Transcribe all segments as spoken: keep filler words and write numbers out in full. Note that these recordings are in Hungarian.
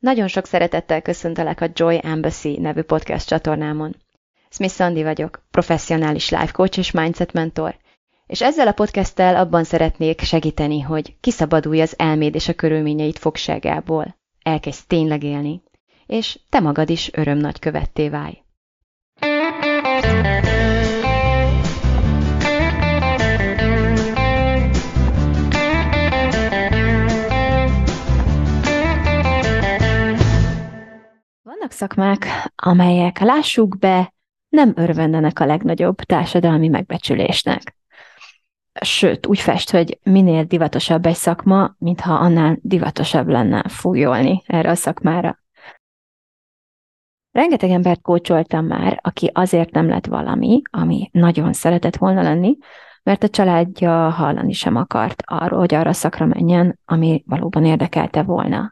Nagyon sok szeretettel köszöntelek a Joy Embassy nevű podcast csatornámon. Smith Szandi vagyok, professzionális life coach és mindset mentor, és ezzel a podcasttel abban szeretnék segíteni, hogy kiszabadulj az elméd és a körülményeid fogságából, elkezdj tényleg élni, és te magad is örömnagykövetté válj. Vannak szakmák, amelyek, lássuk be, nem örvendenek a legnagyobb társadalmi megbecsülésnek. Sőt, úgy fest, hogy minél divatosabb egy szakma, mintha annál divatosabb lenne fújolni erre a szakmára. Rengeteg embert kócsoltam már, aki azért nem lett valami, ami nagyon szeretett volna lenni, mert a családja hallani sem akart arról, hogy arra a szakra menjen, ami valóban érdekelte volna.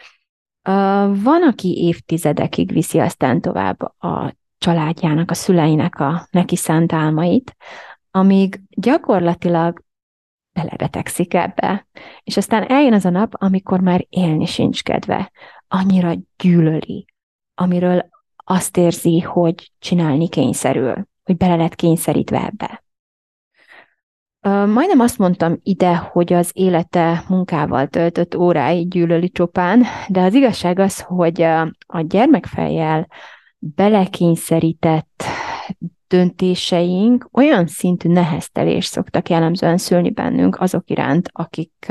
Van, aki évtizedekig viszi aztán tovább a családjának, a szüleinek a neki szánt álmait, amíg gyakorlatilag belebetegszik ebbe. És aztán eljön az a nap, amikor már élni sincs kedve. Annyira gyűlöli, amiről azt érzi, hogy csinálni kényszerül, hogy bele lett kényszerítve ebbe. Majdnem azt mondtam ide, hogy az élete munkával töltött órái gyűlöli csupán, de az igazság az, hogy a gyermekfejjel belekényszerített döntéseink olyan szintű neheztelést szoktak jellemzően szülni bennünk azok iránt, akik,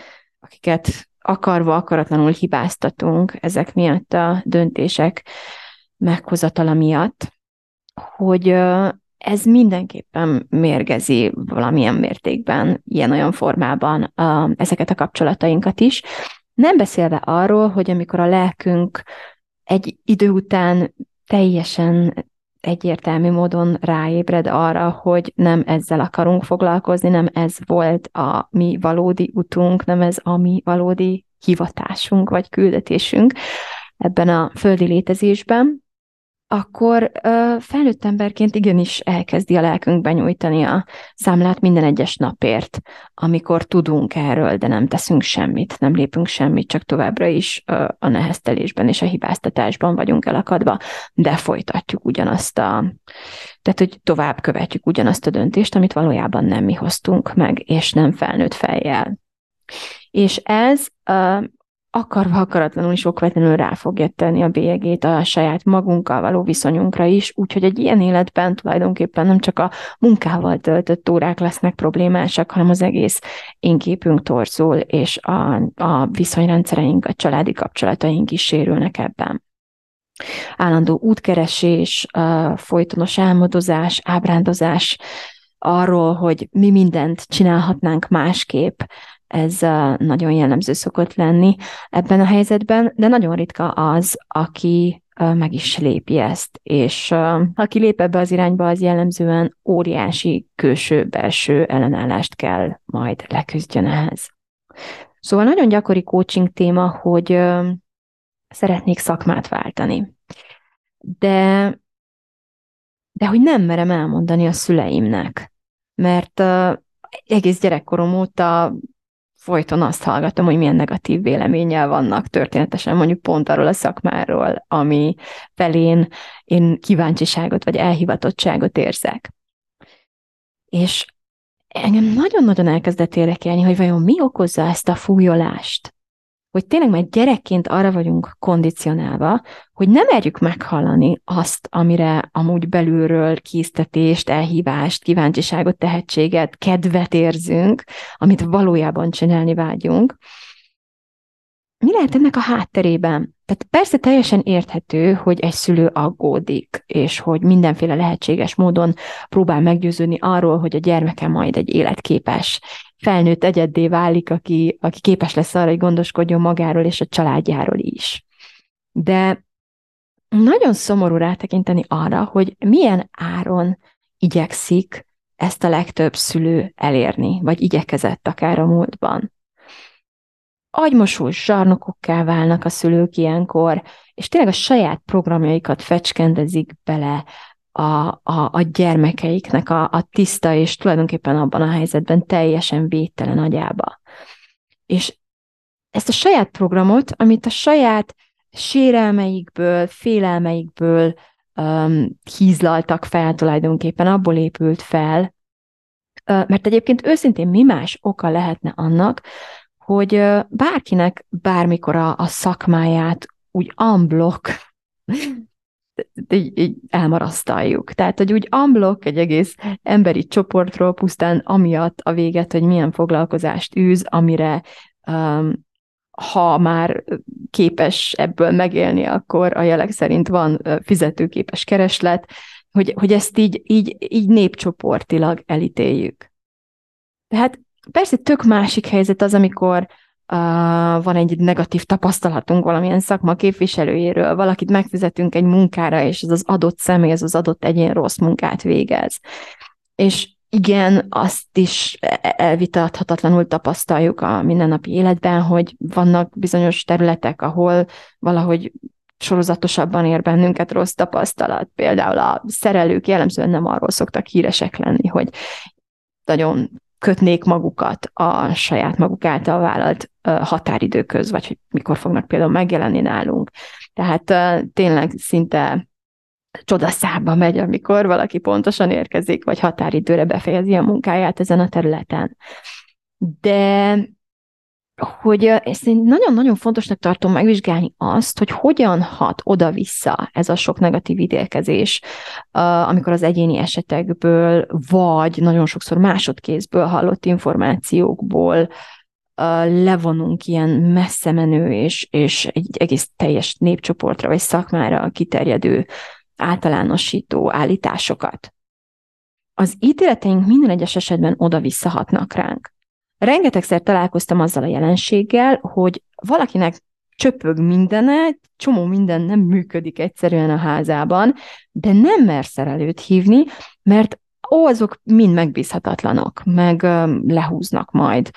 akiket akarva, akaratlanul hibáztatunk ezek miatt a döntések meghozatala miatt, hogy ez mindenképpen mérgezi valamilyen mértékben, ilyen-olyan formában uh, ezeket a kapcsolatainkat is. Nem beszélve arról, hogy amikor a lelkünk egy idő után teljesen egyértelmű módon ráébred arra, hogy nem ezzel akarunk foglalkozni, nem ez volt a mi valódi utunk, nem ez a mi valódi hivatásunk vagy küldetésünk ebben a földi létezésben, akkor ö, felnőtt emberként igenis elkezdi a lelkünkben nyújtani a számlát minden egyes napért, amikor tudunk erről, de nem teszünk semmit, nem lépünk semmit, csak továbbra is ö, a neheztelésben és a hibáztatásban vagyunk elakadva, de folytatjuk ugyanazt a, tehát hogy tovább követjük ugyanazt a döntést, amit valójában nem mi hoztunk meg, és nem felnőtt fejjel. És ez ö, akarva akaratlanul is okvetlenül rá fogja tenni a bélyegét a saját magunkkal való viszonyunkra is, úgyhogy egy ilyen életben tulajdonképpen nem csak a munkával töltött órák lesznek problémásak, hanem az egész énképünk torzul, és a, a viszonyrendszereink, a családi kapcsolataink is sérülnek ebben. Állandó útkeresés, folytonos álmodozás, ábrándozás arról, hogy mi mindent csinálhatnánk másképp, ez nagyon jellemző szokott lenni ebben a helyzetben, de nagyon ritka az, aki meg is lépi ezt, és aki lép ebbe az irányba, az jellemzően óriási külső-belső ellenállást kell majd leküzdjön ehhez. Szóval nagyon gyakori coaching téma, hogy szeretnék szakmát váltani, de, de hogy nem merem elmondani a szüleimnek, mert egész gyerekkorom óta folyton azt hallgatom, hogy milyen negatív véleménnyel vannak történetesen mondjuk pont arról a szakmáról, ami felén én kíváncsiságot vagy elhivatottságot érzek. És engem nagyon-nagyon elkezdett érdekelni, hogy vajon mi okozza ezt a fújolást. Hogy tényleg már gyerekként arra vagyunk kondicionálva, hogy nem merjük meghallani azt, amire amúgy belülről késztetést, elhívást, kíváncsiságot, tehetséget, kedvet érzünk, amit valójában csinálni vágyunk. Mi lehet ennek a hátterében? Tehát persze teljesen érthető, hogy egy szülő aggódik, és hogy mindenféle lehetséges módon próbál meggyőződni arról, hogy a gyermeke majd egy életképes, felnőtt egyeddé válik, aki, aki képes lesz arra, hogy gondoskodjon magáról és a családjáról is. De nagyon szomorú rátekinteni arra, hogy milyen áron igyekszik ezt a legtöbb szülő elérni, vagy igyekezett akár a múltban. Agymosós zsarnokokká válnak a szülők ilyenkor, és tényleg a saját programjaikat fecskendezik bele a, a, a gyermekeiknek a, a tiszta és tulajdonképpen abban a helyzetben teljesen védtelen agyába. És ezt a saját programot, amit a saját sérelmeikből, félelmeikből um, hízlaltak fel tulajdonképpen, abból épült fel, uh, mert egyébként őszintén mi más oka lehetne annak, hogy uh, bárkinek bármikor a, a szakmáját úgy unblock így, így elmarasztaljuk. Tehát, hogy úgy unblock egy egész emberi csoportról pusztán amiatt a véget, hogy milyen foglalkozást űz, amire um, ha már képes ebből megélni, akkor a jelek szerint van fizetőképes kereslet, hogy, hogy ezt így, így, így népcsoportilag elítéljük. Tehát persze tök másik helyzet az, amikor uh, van egy negatív tapasztalatunk valamilyen szakma képviselőjéről, valakit megfizetünk egy munkára, és ez az adott személy, ez az adott egyén rossz munkát végez. És igen, azt is elvitathatatlanul tapasztaljuk a mindennapi életben, hogy vannak bizonyos területek, ahol valahogy sorozatosabban ér bennünket rossz tapasztalat. Például a szerelők jellemzően nem arról szoktak híresek lenni, hogy nagyon kötnék magukat a saját maguk által vállalt határidőköz, vagy hogy mikor fognak például megjelenni nálunk. Tehát tényleg szinte csodaszába megy, amikor valaki pontosan érkezik, vagy határidőre befejezi a munkáját ezen a területen. De hogy ezt én nagyon-nagyon fontosnak tartom megvizsgálni azt, hogy hogyan hat oda-vissza ez a sok negatív ítélkezés, amikor az egyéni esetekből, vagy nagyon sokszor másodkézből hallott információkból levonunk ilyen messze menő és, és egy egész teljes népcsoportra vagy szakmára kiterjedő általánosító állításokat. Az ítéleteink minden egyes esetben oda-vissza hatnak ránk. Rengetegszer találkoztam azzal a jelenséggel, hogy valakinek csöpög mindene, csomó minden nem működik egyszerűen a házában, de nem mer szerelőt hívni, mert ó, azok mind megbízhatatlanok, meg lehúznak majd.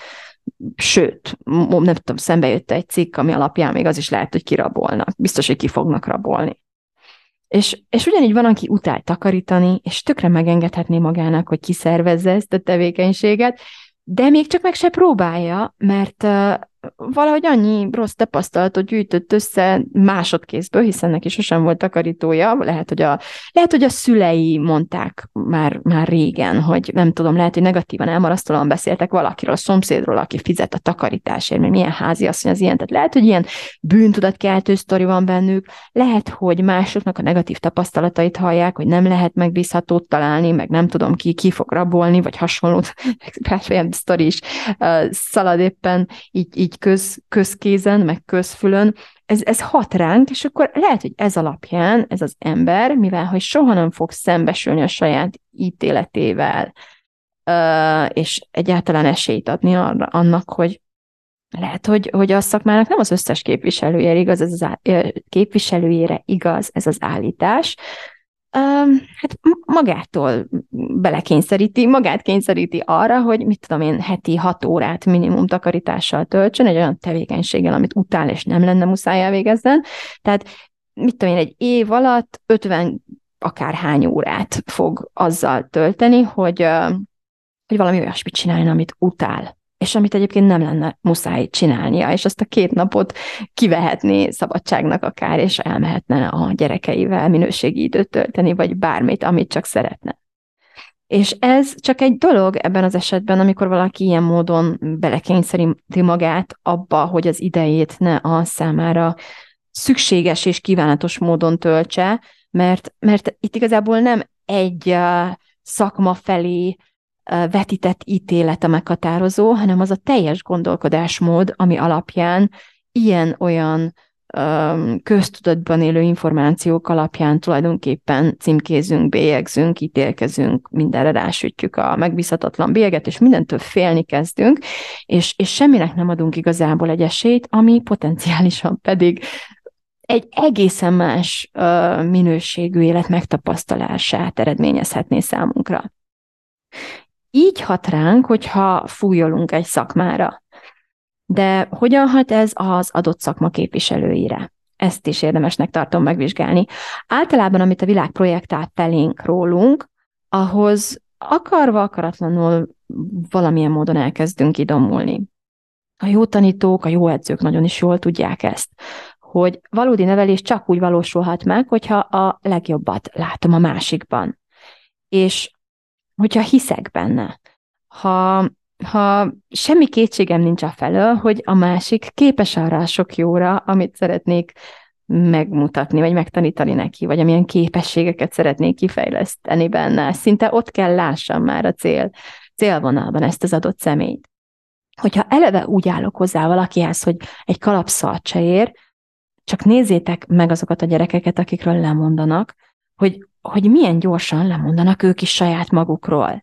Sőt, nem tudom, szembe jött egy cikk, ami alapján még az is lehet, hogy kirabolnak. Biztos, hogy ki fognak rabolni. És, és ugyanígy van, aki utál takarítani, és tökre megengedhetné magának, hogy kiszervezze ezt a tevékenységet, de még csak meg se próbálja, mert uh, valahogy annyi rossz tapasztalatot gyűjtött össze másodkézből, hiszen neki sosem volt takarítója, lehet, hogy a, lehet, hogy a szülei mondták már, már régen, hogy nem tudom, lehet, hogy negatívan elmarasztalóan beszéltek valakiről, a szomszédról, aki fizet a takarításért, mert milyen háziasszony az ilyen, tehát lehet, hogy ilyen bűntudatkeltő sztori van bennük, lehet, hogy másoknak a negatív tapasztalatait hallják, hogy nem lehet megbízhatót találni, meg nem tudom ki, ki fog rabolni, vagy hasonló, ilyen sztori is uh, szalad éppen így, így köz, közkézen, meg közfülön, ez, ez hat ránk, és akkor lehet, hogy ez alapján ez az ember, mivel hogy soha nem fog szembesülni a saját ítéletével, uh, és egyáltalán esélyt adni arra, annak, hogy lehet, hogy, hogy a szakmának nem az összes képviselőjére igaz, ez az á, képviselőjére igaz ez az állítás, Um, hát magától belekényszeríti, magát kényszeríti arra, hogy mit tudom én, heti hat órát minimum takarítással töltsön, egy olyan tevékenységgel, amit utál, és nem lenne muszáj elvégezzen. Tehát mit tudom én, egy év alatt ötven akárhány órát fog azzal tölteni, hogy, hogy valami olyasmit csináljon, amit utál, és amit egyébként nem lenne muszáj csinálnia, és azt a két napot kivehetné szabadságnak akár, és elmehetne a gyerekeivel minőségi időt tölteni, vagy bármit, amit csak szeretne. És ez csak egy dolog ebben az esetben, amikor valaki ilyen módon belekényszeríti magát abba, hogy az idejét ne a számára szükséges és kívánatos módon töltse, mert, mert itt igazából nem egy szakma felé vetített ítélet a meghatározó, hanem az a teljes gondolkodásmód, ami alapján ilyen-olyan um, köztudatban élő információk alapján tulajdonképpen címkézünk, bélyegzünk, ítélkezünk, mindenre rásütjük a megbízhatatlan bélyeget, és mindentől félni kezdünk, és, és semminek nem adunk igazából egy esélyt, ami potenciálisan pedig egy egészen más uh, minőségű élet megtapasztalását eredményezhetné számunkra. Így hat ránk, hogyha fújolunk egy szakmára. De hogyan hat ez az adott szakma képviselőire? Ezt is érdemesnek tartom megvizsgálni. Általában, amit a világ projektál felénk rólunk, ahhoz akarva, akaratlanul valamilyen módon elkezdünk idomulni. A jó tanítók, a jó edzők nagyon is jól tudják ezt, hogy valódi nevelés csak úgy valósulhat meg, hogyha a legjobbat látom a másikban. És hogyha hiszek benne, ha, ha semmi kétségem nincs afelől, hogy a másik képes arra a sok jóra, amit szeretnék megmutatni, vagy megtanítani neki, vagy amilyen képességeket szeretnék kifejleszteni benne. Szinte ott kell lássam már a cél, célvonalban ezt az adott személyt. Hogyha eleve úgy állok hozzá valakihez, hogy egy kalap szart se ér, csak nézzétek meg azokat a gyerekeket, akikről lemondanak, hogy, hogy milyen gyorsan lemondanak ők is saját magukról.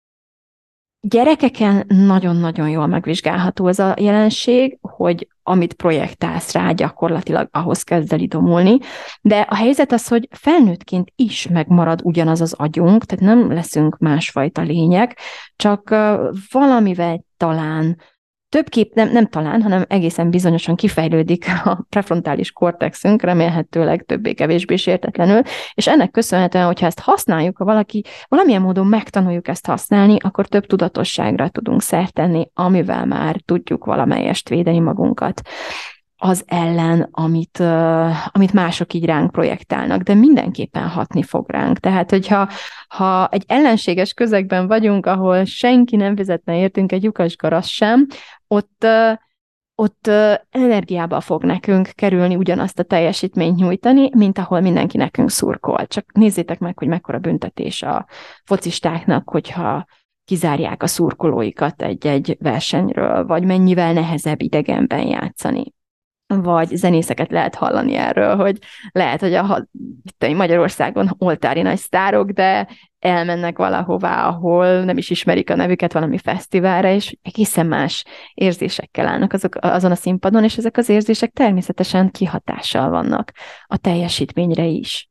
Gyerekeken nagyon-nagyon jól megvizsgálható ez a jelenség, hogy amit projektálsz rá, gyakorlatilag ahhoz kezd el idomulni, de a helyzet az, hogy felnőttként is megmarad ugyanaz az agyunk, tehát nem leszünk másfajta lények, csak valamivel talán többképp, nem, nem talán, hanem egészen bizonyosan kifejlődik a prefrontális kortexünk, remélhetőleg többé-kevésbé sértetlenül, és ennek köszönhetően, hogyha ezt használjuk, ha valaki valamilyen módon megtanuljuk ezt használni, akkor több tudatosságra tudunk szert tenni, amivel már tudjuk valamelyest védeni magunkat az ellen, amit, uh, amit mások így ránk projektálnak, de mindenképpen hatni fog ránk. Tehát, hogyha ha egy ellenséges közegben vagyunk, ahol senki nem vezetne értünk egy lyukas garast sem, ott, uh, ott uh, energiába fog nekünk kerülni ugyanazt a teljesítményt nyújtani, mint ahol mindenki nekünk szurkol. Csak nézzétek meg, hogy mekkora büntetés a focistáknak, hogyha kizárják a szurkolóikat egy-egy versenyről, vagy mennyivel nehezebb idegenben játszani. Vagy zenészeket lehet hallani erről, hogy lehet, hogy a Magyarországon oltári nagy sztárok, de elmennek valahová, ahol nem is ismerik a nevüket valami fesztiválra, és egészen más érzésekkel állnak azok, azon a színpadon, és ezek az érzések természetesen kihatással vannak a teljesítményre is.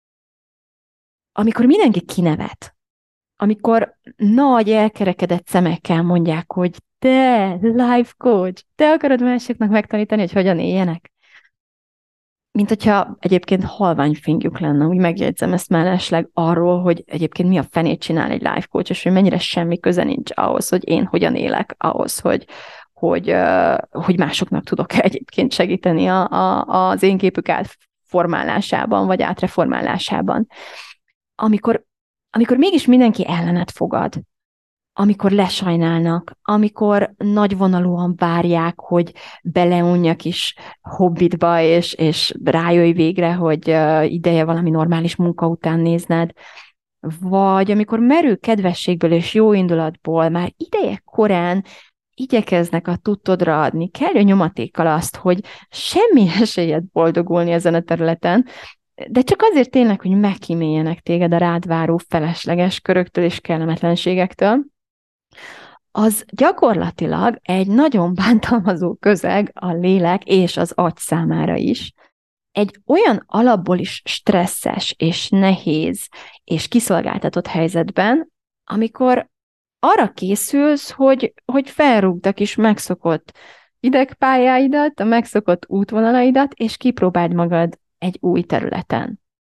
Amikor mindenki kinevet, amikor nagy elkerekedett szemekkel mondják, hogy te, life coach, te akarod másoknak megtanítani, hogy hogyan éljenek? Mint hogyha egyébként halványfingjuk lenne, úgy megjegyzem ezt mellesleg arról, hogy egyébként mi a fenét csinál egy life coach, és hogy mennyire semmi köze nincs ahhoz, hogy én hogyan élek, ahhoz, hogy, hogy, hogy másoknak tudok egyébként segíteni a, a, az én képük átformálásában, vagy átreformálásában. Amikor, amikor mégis mindenki ellenet fogad, amikor lesajnálnak, amikor nagyvonalúan várják, hogy beleunjak kis hobbitba, és, és rájöjj végre, hogy ideje valami normális munka után nézned, vagy amikor merő kedvességből és jó indulatból már ideje korán igyekeznek a tudtodra adni, kellő nyomatékkal azt, hogy semmi esélyed boldogulni ezen a területen, de csak azért tényleg, hogy megkíméljenek téged a rád váró felesleges köröktől és kellemetlenségektől, az gyakorlatilag egy nagyon bántalmazó közeg a lélek és az agy számára is. Egy olyan alapból is stresszes és nehéz és kiszolgáltatott helyzetben, amikor arra készülsz, hogy, hogy felrúgd a kis megszokott idegpályáidat, a megszokott útvonalaidat, és kipróbáld magad egy új területen.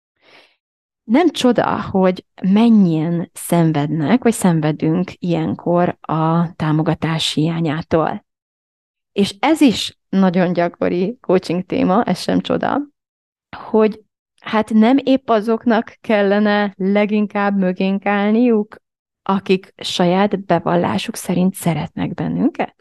Nem csoda, hogy mennyien szenvednek, vagy szenvedünk ilyenkor a támogatás hiányától. És ez is nagyon gyakori coaching téma, ez sem csoda, hogy hát nem épp azoknak kellene leginkább mögénk állniuk, akik saját bevallásuk szerint szeretnek bennünket?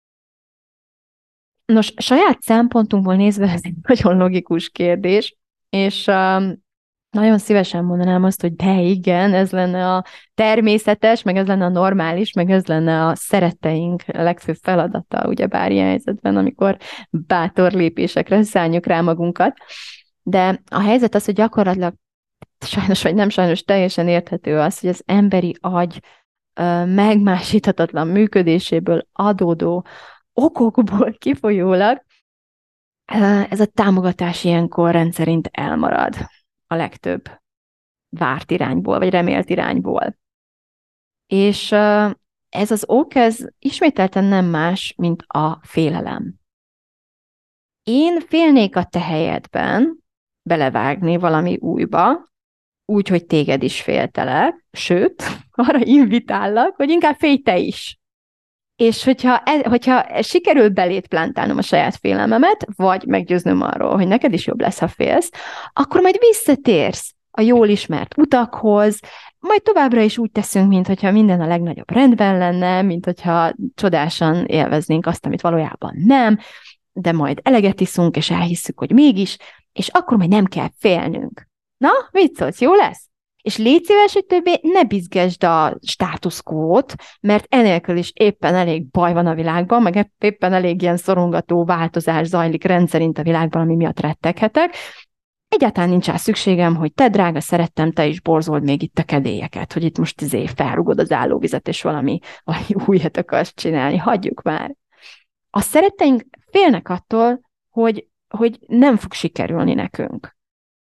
Nos, saját szempontunkból nézve ez egy nagyon logikus kérdés, és um, nagyon szívesen mondanám azt, hogy de igen, ez lenne a természetes, meg ez lenne a normális, meg ez lenne a szeretteink legfőbb feladata, ugyebár ilyen helyzetben, amikor bátor lépésekre szálljuk rá magunkat. De a helyzet az, hogy gyakorlatilag sajnos vagy nem sajnos teljesen érthető az, hogy az emberi agy ö, megmásíthatatlan működéséből adódó okokból kifolyólag ö, ez a támogatás ilyenkor rendszerint elmarad a legtöbb várt irányból, vagy remélt irányból. És ö, ez az ok, ez ismételten nem más, mint a félelem. Én félnék a te helyedben belevágni valami újba, úgy, hogy téged is féltelek, sőt, arra invitállak, hogy inkább félj te is. És hogyha, e, hogyha sikerül belét plántálnom a saját félelmemet, vagy meggyőznöm arról, hogy neked is jobb lesz, ha félsz, akkor majd visszatérsz a jól ismert utakhoz, majd továbbra is úgy teszünk, mintha minden a legnagyobb rendben lenne, mint hogyha csodásan élveznénk azt, amit valójában nem, de majd eleget iszunk, és elhisszük, hogy mégis, és akkor majd nem kell félnünk. Na, mit szólsz, jó lesz? És légy szíves, hogy többé ne bizgesd a státuszkót, mert enélkül is éppen elég baj van a világban, meg éppen elég ilyen szorongató változás zajlik rendszerint a világban, ami miatt retteghetek. Egyáltalán nincs rá szükségem, hogy te, drága szerettem, te is borzold még itt a kedélyeket, hogy itt most izé felrugod az állóvizet, és valami, valami újat akarsz csinálni. Hagyjuk már. A szeretteink félnek attól, hogy, hogy nem fog sikerülni nekünk.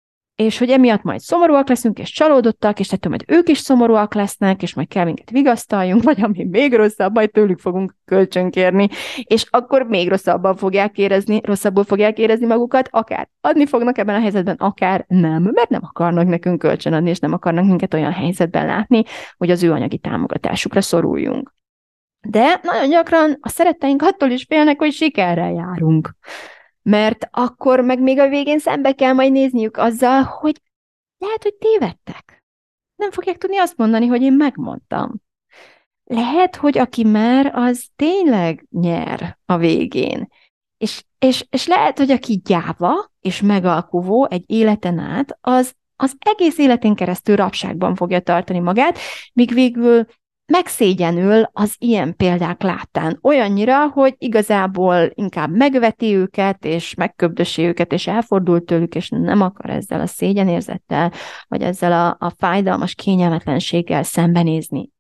És hogy emiatt majd szomorúak leszünk, és csalódottak, és ettől majd ők is szomorúak lesznek, és majd kell minket vigasztaljunk, vagy ami még rosszabb, majd tőlük fogunk kölcsönkérni, és akkor még rosszabban fogják érezni, rosszabbul fogják érezni magukat, akár adni fognak ebben a helyzetben, akár nem, mert nem akarnak nekünk kölcsönadni, és nem akarnak minket olyan helyzetben látni, hogy az ő anyagi támogatásukra szoruljunk. De nagyon gyakran a szeretteink attól is félnek, hogy sikerrel járunk. Mert akkor meg még a végén szembe kell majd nézniük azzal, hogy lehet, hogy tévedtek. Nem fogják tudni azt mondani, hogy én megmondtam. Lehet, hogy aki mer, az tényleg nyer a végén. És, és, és lehet, hogy aki gyáva és megalkuvó egy életen át, az, az egész életén keresztül rabságban fogja tartani magát, míg végül megszégyenül az ilyen példák láttán olyannyira, hogy igazából inkább megveti őket, és megköbdösi őket, és elfordul tőlük, és nem akar ezzel a szégyenérzettel, vagy ezzel a, a fájdalmas kényelmetlenséggel szembenézni.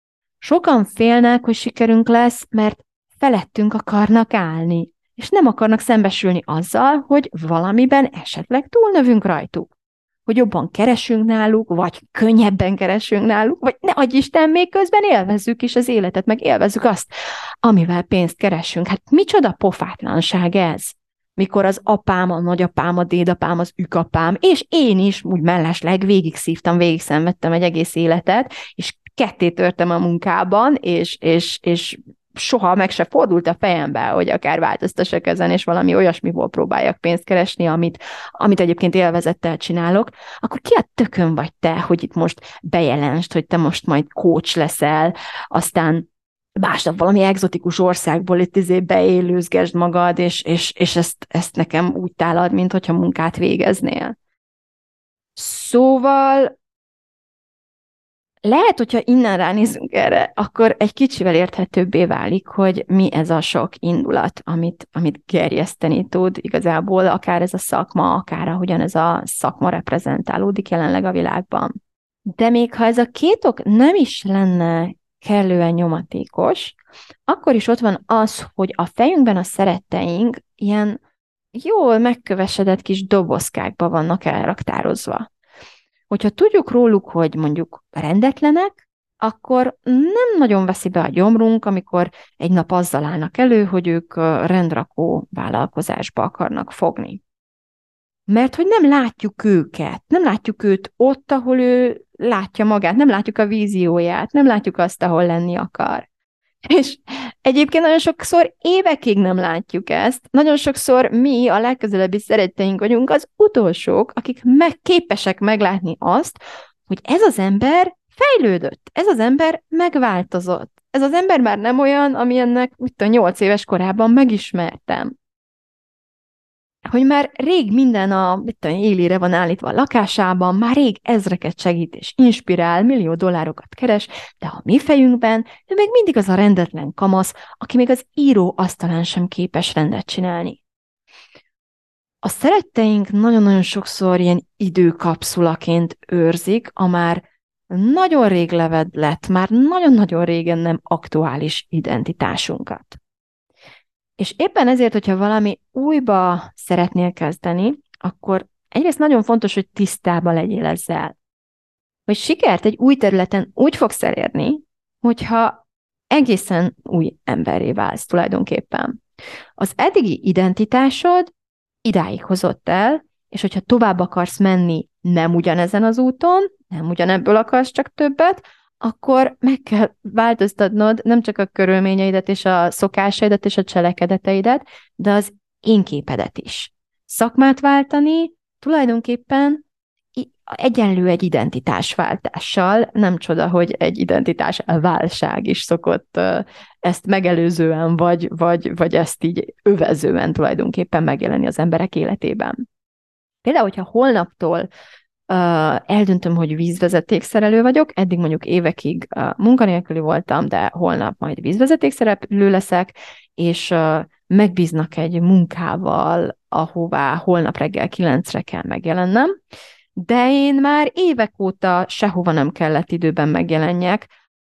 Sokan félnek, hogy sikerünk lesz, mert felettünk akarnak állni, és nem akarnak szembesülni azzal, hogy valamiben esetleg túlnövünk rajtuk. Hogy jobban keresünk náluk, vagy könnyebben keresünk náluk, vagy ne adj Isten, még közben élvezzük is az életet, meg élvezzük azt, amivel pénzt keresünk. Hát micsoda pofátlanság ez? Mikor az apám, a nagyapám, a dédapám, az ükapám, és én is úgy mellesleg végig szívtam, végig szenvedtem egy egész életet, és ketté törtem a munkában, és, és, és soha meg se fordult a fejembe, hogy akár változtassak ezen, és valami olyasmiból próbáljak pénzt keresni, amit, amit egyébként élvezettel csinálok, akkor ki a tökön vagy te, hogy itt most bejelentsd, hogy te most majd coach leszel, aztán másnap valami egzotikus országból itt izé beélőzgesd magad, és, és, és ezt, ezt nekem úgy tálad, mint hogyha munkát végeznél. Szóval lehet, hogyha innen ránézünk erre, akkor egy kicsivel érthetőbbé válik, hogy mi ez a sok indulat, amit, amit gerjeszteni tud igazából, akár ez a szakma, akár ahogyan ez a szakma reprezentálódik jelenleg a világban. De még ha ez a két ok nem is lenne kellően nyomatékos, akkor is ott van az, hogy a fejünkben a szeretteink ilyen jól megkövesedett kis dobozkákba vannak elraktározva. Hogyha tudjuk róluk, hogy mondjuk rendetlenek, akkor nem nagyon veszi be a gyomrunk, amikor egy nap azzal állnak elő, hogy ők rendrakó vállalkozásba akarnak fogni. Mert hogy nem látjuk őket, nem látjuk őt ott, ahol ő látja magát, nem látjuk a vízióját, nem látjuk azt, ahol lenni akar. És egyébként nagyon sokszor évekig nem látjuk ezt. Nagyon sokszor mi, a legközelebbi szeretteink vagyunk az utolsók, akik meg, képesek meglátni azt, hogy ez az ember fejlődött, ez az ember megváltozott. Ez az ember már nem olyan, amilyennek, mit tudom, nyolc éves korában megismertem. Hogy már rég minden a, mit tudom, élére van állítva a lakásában, már rég ezreket segít és inspirál, millió dollárokat keres, de a mi fejünkben ő még mindig az a rendetlen kamasz, aki még az író asztalán sem képes rendet csinálni. A szeretteink nagyon-nagyon sokszor ilyen időkapszulaként őrzik a már nagyon rég levedlett, már nagyon-nagyon régen nem aktuális identitásunkat. És éppen ezért, hogyha valami újba szeretnél kezdeni, akkor egyrészt nagyon fontos, hogy tisztában legyél ezzel. Hogy sikert egy új területen úgy fogsz elérni, hogyha egészen új emberré válsz tulajdonképpen. Az eddigi identitásod idáig hozott el, és hogyha tovább akarsz menni nem ugyanezen az úton, nem ugyanebből akarsz csak többet, akkor meg kell változtatnod nem csak a körülményeidet és a szokásaidat és a cselekedeteidet, de az én képedet is. Szakmát váltani tulajdonképpen egyenlő egy identitásváltással, nem csoda, hogy egy identitásválság is szokott ezt megelőzően, vagy, vagy, vagy ezt így övezően tulajdonképpen megjelenni az emberek életében. Például, hogyha holnaptól uh, eldöntöm, hogy vízvezetékszerelő vagyok, eddig mondjuk évekig uh, munkanélküli voltam, de holnap majd vízvezetékszerelő leszek, és uh, megbíznak egy munkával, ahová holnap reggel kilencre kell megjelennem, de én már évek óta sehova nem kellett időben megjelenjek.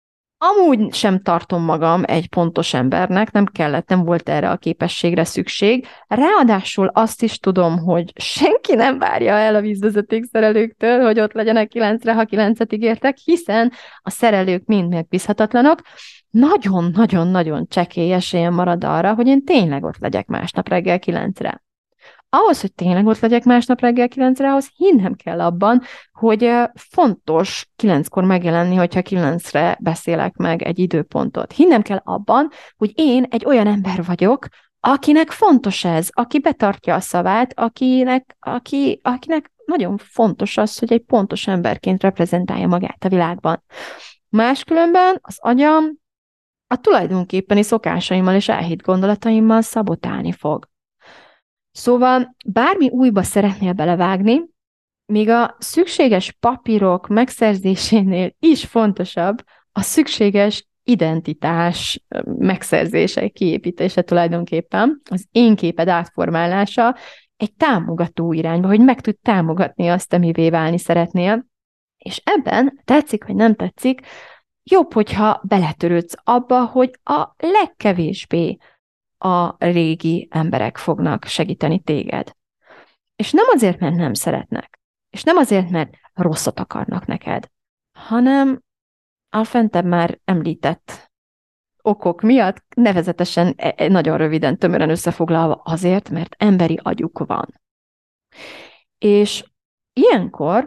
Amúgy sem tartom magam egy pontos embernek, nem kellett, nem volt erre a képességre szükség. Ráadásul azt is tudom, hogy senki nem várja el a vízvezetékszerelőktől, hogy ott legyenek kilencre, ha kilencet ígértek, hiszen a szerelők mind megbízhatatlanok. Nagyon-nagyon-nagyon csekély esélyem marad arra, hogy én tényleg ott legyek másnap reggel kilencre. Ahhoz, hogy tényleg ott legyek másnap reggel kilencre, ahhoz hinnem kell abban, hogy fontos kilenckor megjelenni, hogyha kilencre beszélek meg egy időpontot. Hinnem kell abban, hogy én egy olyan ember vagyok, akinek fontos ez, aki betartja a szavát, akinek, aki, akinek nagyon fontos az, hogy egy pontos emberként reprezentálja magát a világban. Máskülönben az agyam a tulajdonképpeni szokásaimmal és elhitt gondolataimmal szabotálni fog. Szóval bármi újba szeretnél belevágni, még a szükséges papírok megszerzésénél is fontosabb a szükséges identitás megszerzése, kiépítése tulajdonképpen, az én képed átformálása egy támogató irányba, hogy meg tud támogatni azt, amivé válni szeretnél. És ebben, tetszik vagy nem tetszik, jobb, hogyha beletörődsz abba, hogy a legkevésbé a régi emberek fognak segíteni téged. És nem azért, mert nem szeretnek, és nem azért, mert rosszat akarnak neked, hanem a fentebb már említett okok miatt, nevezetesen nagyon röviden, tömören összefoglalva azért, mert emberi agyuk van. És ilyenkor,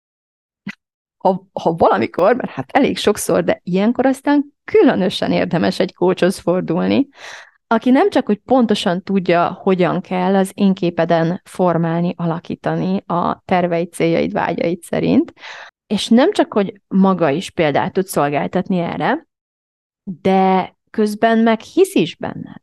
ha, ha valamikor, mert hát elég sokszor, de ilyenkor aztán különösen érdemes egy coachhoz fordulni, aki nem csak, hogy pontosan tudja, hogyan kell az én képeden formálni, alakítani a terveid, céljaid, vágyaid szerint, és nem csak, hogy maga is példát tud szolgáltatni erre, de közben meg hisz is benned.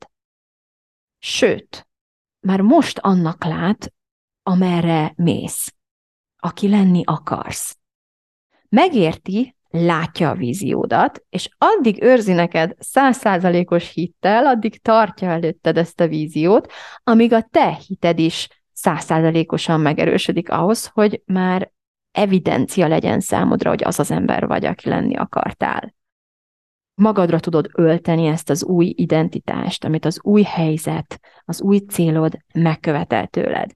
Sőt, már most annak lát, amerre mész, aki lenni akarsz. Megérti, látja a víziódat, és addig őrzi neked száz százalékos hittel, addig tartja előtted ezt a víziót, amíg a te hited is száz százalékosan megerősödik ahhoz, hogy már evidencia legyen számodra, hogy az az ember vagy, aki lenni akartál. Magadra tudod ölteni ezt az új identitást, amit az új helyzet, az új célod megkövetel tőled.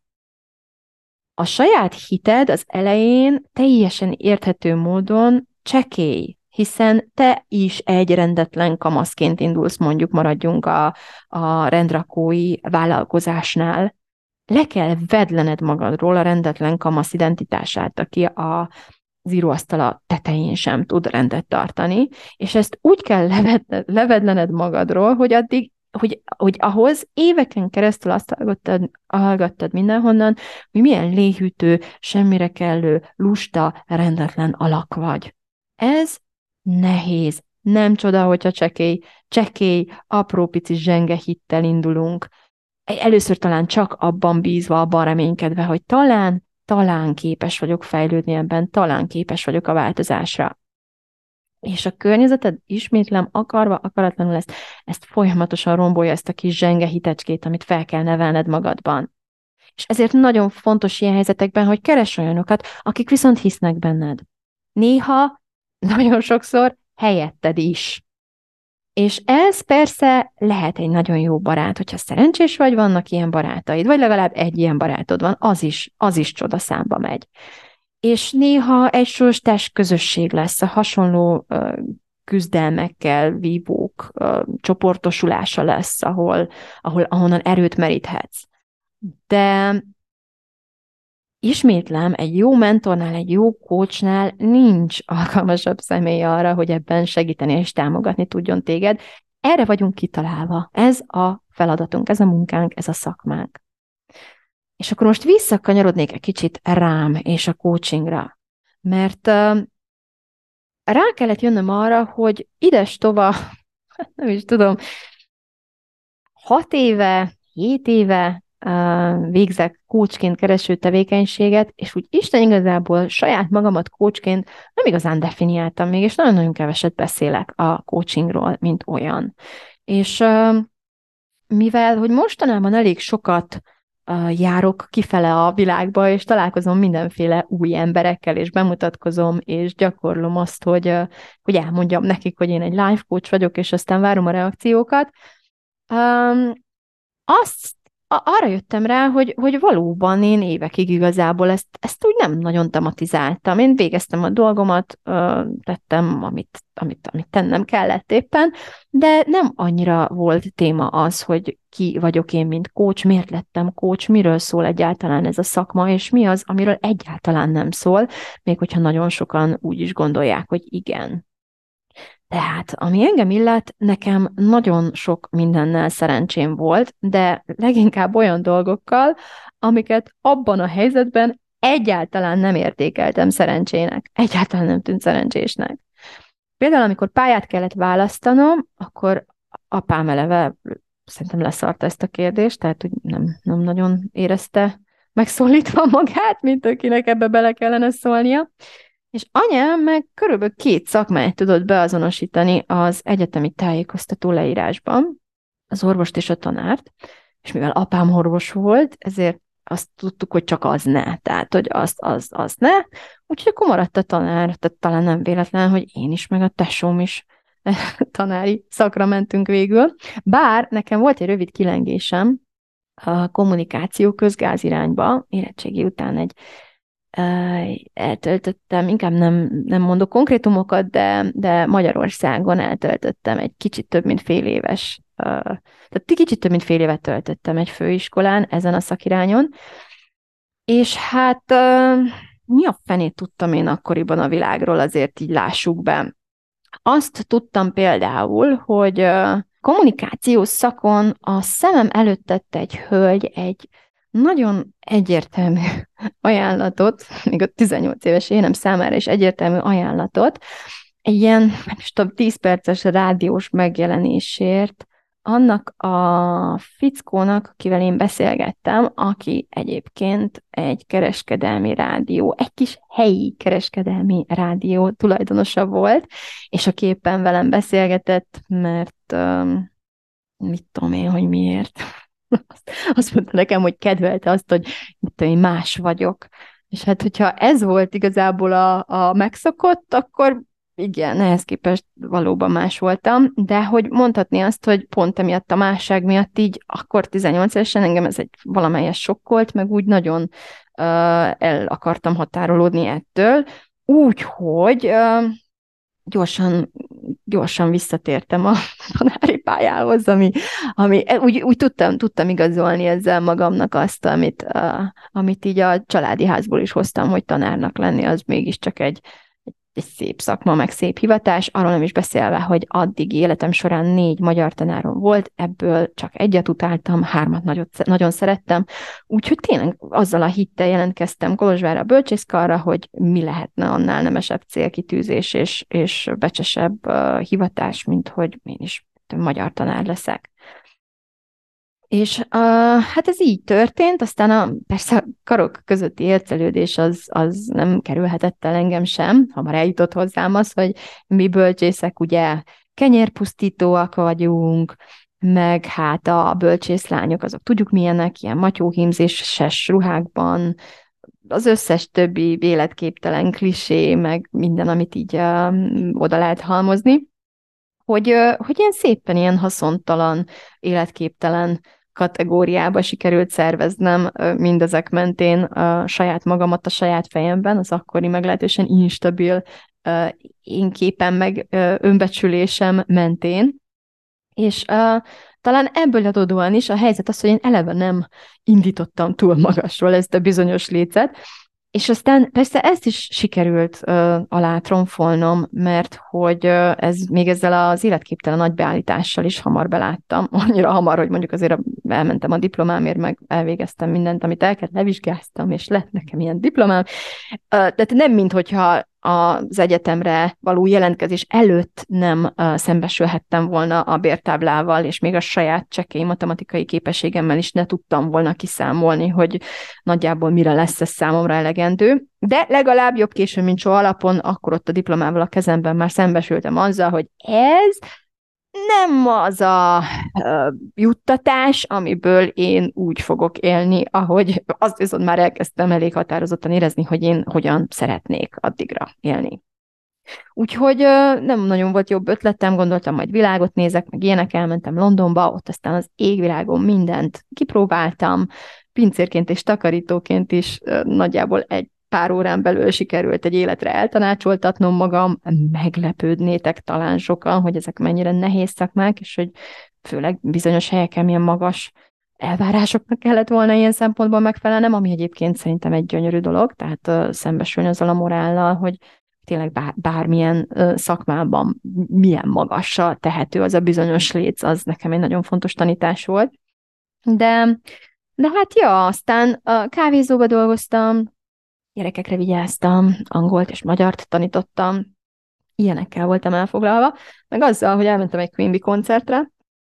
A saját hited az elején teljesen érthető módon csekély, hiszen te is egy rendetlen kamaszként indulsz, mondjuk maradjunk a, a rendrakói vállalkozásnál. Le kell vedlened magadról a rendetlen kamasz identitását, aki a az íróasztala tetején sem tud rendet tartani, és ezt úgy kell levedned, levedlened magadról, hogy addig, hogy, hogy ahhoz éveken keresztül azt hallgattad, hallgattad mindenhonnan, hogy milyen léhűtő, semmire kellő, lusta, rendetlen alak vagy. Ez nehéz. Nem csoda, hogyha csekély, csekély, apró pici zsenge hittel indulunk. Először talán csak abban bízva, abban reménykedve, hogy talán, talán képes vagyok fejlődni ebben, talán képes vagyok a változásra. És a környezeted, ismétlem, akarva, akaratlanul ezt, ezt folyamatosan rombolja, ezt a kis zsenge hitecskét, amit fel kell nevelned magadban. És ezért nagyon fontos ilyen helyzetekben, hogy keres olyanokat, akik viszont hisznek benned. Néha, nagyon sokszor helyetted is. És ez persze lehet egy nagyon jó barát, hogyha szerencsés vagy, vannak ilyen barátaid, vagy legalább egy ilyen barátod van, az is, az is csodaszámba megy. És néha egy sorostás közösség lesz, a hasonló uh, küzdelmekkel vívók uh, csoportosulása lesz, ahol, ahol, ahonnan erőt meríthetsz. De ismétlem, egy jó mentornál, egy jó coachnál nincs alkalmasabb személy arra, hogy ebben segíteni és támogatni tudjon téged. Erre vagyunk kitalálva. Ez a feladatunk, ez a munkánk, ez a szakmánk. És akkor most visszakanyarodnék egy kicsit rám és a coachingra, mert uh, rá kellett jönnöm arra, hogy ides-tova, nem is tudom, hat éve, hét éve uh, végzek coachként kereső tevékenységet, és úgy Isten igazából saját magamat coachként nem igazán definiáltam még, és nagyon-nagyon keveset beszélek a coachingról, mint olyan. És uh, mivel, hogy mostanában elég sokat uh, járok kifele a világba, és találkozom mindenféle új emberekkel, és bemutatkozom, és gyakorlom azt, hogy, uh, hogy elmondjam nekik, hogy én egy life coach vagyok, és aztán várom a reakciókat. Um, azt a- arra jöttem rá, hogy, hogy valóban én évekig igazából ezt, ezt úgy nem nagyon tematizáltam. Én végeztem a dolgomat, ö, tettem, amit, amit, amit tennem kellett éppen, de nem annyira volt téma az, hogy ki vagyok én, mint coach, miért lettem coach, miről szól egyáltalán ez a szakma, és mi az, amiről egyáltalán nem szól, még hogyha nagyon sokan úgy is gondolják, hogy igen. Tehát, ami engem illet, nekem nagyon sok mindennel szerencsém volt, de leginkább olyan dolgokkal, amiket abban a helyzetben egyáltalán nem értékeltem szerencsének. Egyáltalán nem tűnt szerencsésnek. Például, amikor pályát kellett választanom, akkor apám eleve szerintem leszarta ezt a kérdést, tehát úgy nem, nem nagyon érezte megszólítva magát, mint akinek ebbe bele kellene szólnia. És anyám meg körülbelül két szakmát tudott beazonosítani az egyetemi tájékoztató leírásban, az orvost és a tanárt, és mivel apám orvos volt, ezért azt tudtuk, hogy csak az ne, tehát, hogy az, az, az ne, úgyhogy akkor maradt a tanár, tehát talán nem véletlen, hogy én is, meg a tesóm is tanári szakra mentünk végül, bár nekem volt egy rövid kilengésem a kommunikáció közgázirányba, érettségi után egy eltöltöttem, inkább nem, nem mondok konkrétumokat, de, de Magyarországon eltöltöttem egy kicsit több, mint fél éves, tehát kicsit több, mint fél évet töltöttem egy főiskolán ezen a szakirányon, és hát mi a fenét tudtam én akkoriban a világról, azért így lássuk be. Azt tudtam például, hogy kommunikációs szakon a szemem előtt tett egy hölgy egy nagyon egyértelmű ajánlatot, még a tizennyolc éves énem számára is egyértelmű ajánlatot, egy ilyen, nem is tudom, tíz perces rádiós megjelenésért annak a fickónak, akivel én beszélgettem, aki egyébként egy kereskedelmi rádió, egy kis helyi kereskedelmi rádió tulajdonosa volt, és aki éppen velem beszélgetett, mert um, mit tudom én, hogy miért. Azt mondta nekem, hogy kedvelte azt, hogy mit én más vagyok. És hát, hogyha ez volt igazából a, a megszokott, akkor igen, ehhez képest valóban más voltam, de hogy mondhatni azt, hogy pont emiatt a másság miatt így, akkor tizennyolc évesen engem ez egy valamelyes sokkolt, meg úgy nagyon uh, el akartam határolódni ettől, úgyhogy uh, gyorsan, gyorsan visszatértem a tanári pályához, ami, ami úgy, úgy tudtam, tudtam igazolni ezzel magamnak azt, amit, uh, amit így a családi házból is hoztam, hogy tanárnak lenni, az mégiscsak egy, egy szép szakma, meg szép hivatás, arról nem is beszélve, hogy addig életem során négy magyar tanárom volt, ebből csak egyet utáltam, hármat nagyon, nagyon szerettem, úgyhogy tényleg azzal a hittel jelentkeztem Kolozsvárra a bölcsészkarra, hogy mi lehetne annál nemesebb célkitűzés és, és becsesebb uh, hivatás, mint hogy én is magyar tanár leszek. És uh, hát ez így történt, aztán a, persze a karok közötti ércelődés az, az nem kerülhetett el engem sem, hamar eljutott hozzám az, hogy mi bölcsészek ugye kenyérpusztítóak vagyunk, meg hát a bölcsészlányok azok tudjuk milyenek, ilyen matyóhímzéses ruhákban, az összes többi életképtelen klisé, meg minden, amit így uh, oda lehet halmozni, hogy, uh, hogy ilyen szépen ilyen haszontalan, életképtelen kategóriába sikerült szerveznem mindezek mentén a saját magamat a saját fejemben, az akkori meglehetősen instabil én képen meg önbecsülésem mentén. És uh, talán ebből adódóan is a helyzet az, hogy én eleve nem indítottam túl magasról ezt a bizonyos lécet, és aztán persze ezt is sikerült uh, alá tromfolnom, mert hogy uh, ez még ezzel az életképtelen nagy beállítással is hamar beláttam. Annyira hamar, hogy mondjuk azért elmentem a diplomámért, meg elvégeztem mindent, amit el kellett, levizsgáztam, és lett nekem ilyen diplomám. Uh, tehát nem, minthogyha az egyetemre való jelentkezés előtt nem uh, szembesülhettem volna a bértáblával, és még a saját csekély matematikai képességemmel is ne tudtam volna kiszámolni, hogy nagyjából mire lesz ez számomra elegendő. De legalább jobb későn, mint soha alapon, akkor ott a diplomával a kezemben már szembesültem azzal, hogy ez nem az a uh, juttatás, amiből én úgy fogok élni, ahogy azt viszont már elkezdtem elég határozottan érezni, hogy én hogyan szeretnék addigra élni. Úgyhogy uh, nem nagyon volt jobb ötletem, gondoltam, majd világot nézek, meg ilyenek, elmentem Londonba, ott aztán az égvilágon mindent kipróbáltam, pincérként és takarítóként is uh, nagyjából egy pár órán belül sikerült egy életre eltanácsoltatnom magam, meglepődnétek talán sokan, hogy ezek mennyire nehéz szakmák, és hogy főleg bizonyos helyeken milyen magas elvárásoknak kellett volna ilyen szempontból megfelelnem, ami egyébként szerintem egy gyönyörű dolog, tehát uh, szembesülni azzal a morállal, hogy tényleg bár, bármilyen uh, szakmában milyen magasra tehető az a bizonyos léc, az nekem egy nagyon fontos tanítás volt. De, de hát ja, aztán a kávézóba dolgoztam, gyerekekre vigyáztam, angolt és magyart tanítottam, ilyenekkel voltam elfoglalva, meg azzal, hogy elmentem egy Queen Bee koncertre,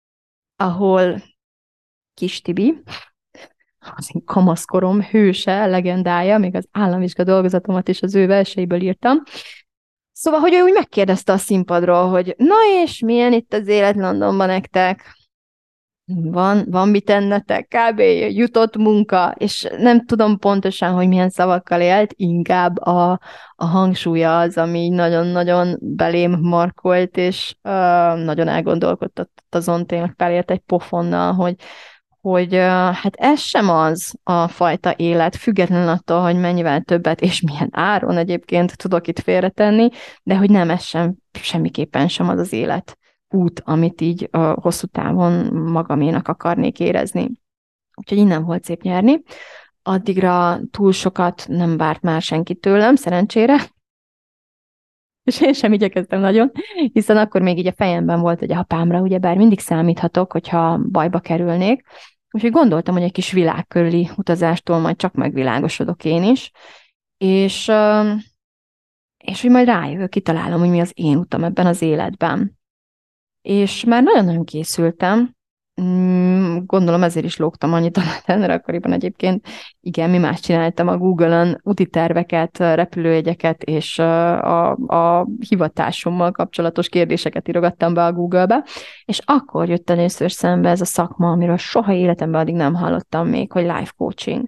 ahol Kis Tibi, az én kamaszkorom hőse, legendája, még az államvizsga dolgozatomat is az ő verseiből írtam. Szóval, hogy ő úgy megkérdezte a színpadról, hogy na és milyen itt az élet Londonban nektek? Van, van mit tennetek, kb. Jutott munka, és nem tudom pontosan, hogy milyen szavakkal élt, inkább a, a hangsúlya az, ami nagyon-nagyon belém markolt, és uh, nagyon elgondolkodtatott azon, tényleg felért egy pofonnal, hogy, hogy uh, hát ez sem az a fajta élet, függetlenül attól, hogy mennyivel többet és milyen áron egyébként tudok itt félretenni, de hogy nem, ez sem, semmiképpen sem az az élet út, amit így uh, hosszú távon magaménak akarnék érezni. Úgyhogy innen volt szép nyerni. Addigra túl sokat nem várt már senki tőlem, szerencsére. És én sem igyekeztem nagyon, hiszen akkor még így a fejemben volt, hogy a apámra ugyebár mindig számíthatok, hogyha bajba kerülnék. Úgyhogy gondoltam, hogy egy kis világ körüli utazástól majd csak megvilágosodok én is, és, uh, és hogy majd rájövök, kitalálom, hogy mi az én utam ebben az életben. És már nagyon-nagyon készültem, gondolom ezért is lógtam annyit a neten, akkoriban egyébként igen, mi más csináltam a Google-on, úti terveket, repülőjegyeket, és a, a hivatásommal kapcsolatos kérdéseket írogattam be a Google-be, és akkor jött először szembe ez a szakma, amiről soha életemben addig nem hallottam még, hogy life coaching.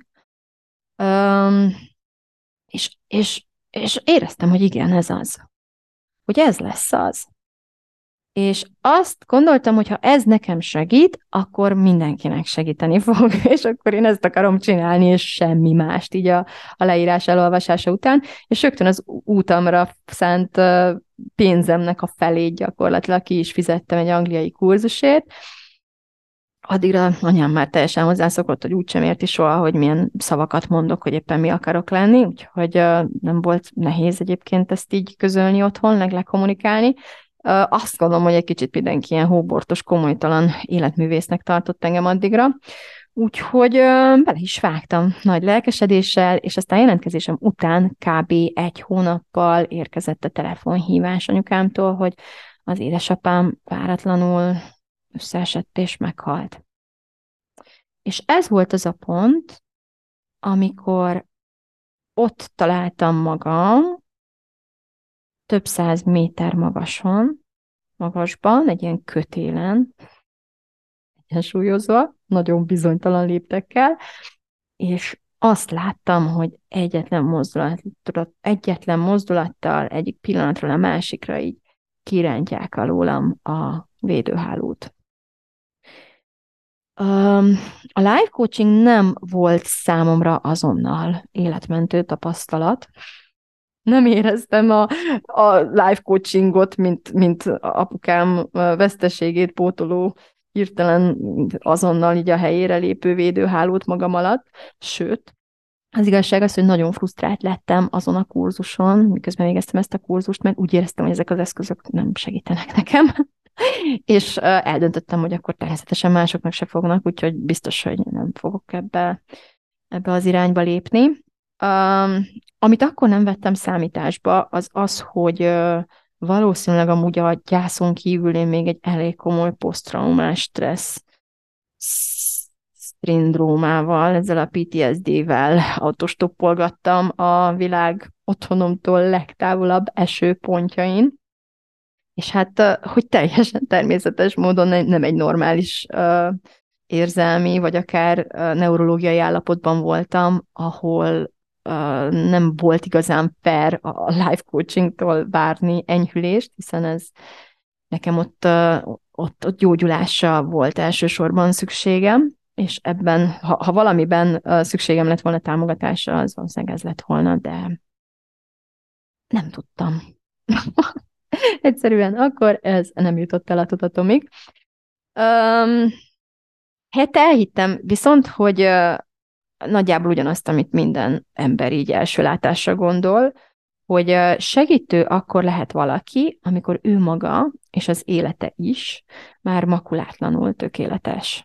Um, és, és, és éreztem, hogy igen, ez az. Hogy ez lesz az. És azt gondoltam, hogy ha ez nekem segít, akkor mindenkinek segíteni fog, és akkor én ezt akarom csinálni, és semmi mást így a, a leírás elolvasása után, és rögtön az útamra szánt pénzemnek a felét gyakorlatilag ki is fizettem egy angliai kurzusért. Addigra anyám már teljesen hozzászokott, hogy úgysem érti soha, hogy milyen szavakat mondok, hogy éppen mi akarok lenni, úgyhogy nem volt nehéz egyébként ezt így közölni otthon, meg lekommunikálni. Azt gondolom, hogy egy kicsit mindenki ilyen hóbortos, komolytalan életművésznek tartott engem addigra. Úgyhogy bele is vágtam nagy lelkesedéssel, és aztán jelentkezésem után kb. Egy hónappal érkezett a telefonhívás anyukámtól, hogy az édesapám váratlanul összeesett és meghalt. És ez volt az a pont, amikor ott találtam magam, több száz méter magason, magasban, egy ilyen kötélen, egyensúlyozva, nagyon bizonytalan léptekkel, és azt láttam, hogy egyetlen mozdulat, egyetlen mozdulattal egyik pillanatról a másikra így kirántják alólam a védőhálót. A life coaching nem volt számomra azonnal életmentő tapasztalat. Nem éreztem a, a life coachingot, mint, mint apukám veszteségét pótoló hirtelen azonnal így a helyére lépő védőhálót magam alatt, sőt, az igazság az, hogy nagyon frusztrált lettem azon a kurzuson, miközben végeztem ezt a kurzust, mert úgy éreztem, hogy ezek az eszközök nem segítenek nekem, és eldöntöttem, hogy akkor természetesen másoknak se fognak, úgyhogy biztos, hogy nem fogok ebbe, ebbe az irányba lépni. Um, amit akkor nem vettem számításba, az az, hogy uh, valószínűleg amúgy a gyászon kívül én még egy elég komoly posztraumás stressz szindrómával, ezzel a pé té es dé-vel autostoppolgattam a világ otthonomtól legtávolabb esőpontjain, és hát, hogy teljesen természetes módon nem egy normális uh, érzelmi, vagy akár uh, neurológiai állapotban voltam, ahol uh, nem volt igazán fair a life coachingtól várni enyhülést, hiszen ez nekem ott, uh, ott, ott gyógyulásra volt elsősorban szükségem, és ebben, ha, ha valamiben uh, szükségem lett volna támogatásra, az valószínűleg ez lett volna, de nem tudtam. Egyszerűen akkor ez nem jutott el a tudatomig. Um, hát elhittem viszont, hogy uh, nagyjából ugyanazt, amit minden ember így első látásra gondol, hogy uh, segítő akkor lehet valaki, amikor ő maga és az élete is már makulátlanul tökéletes.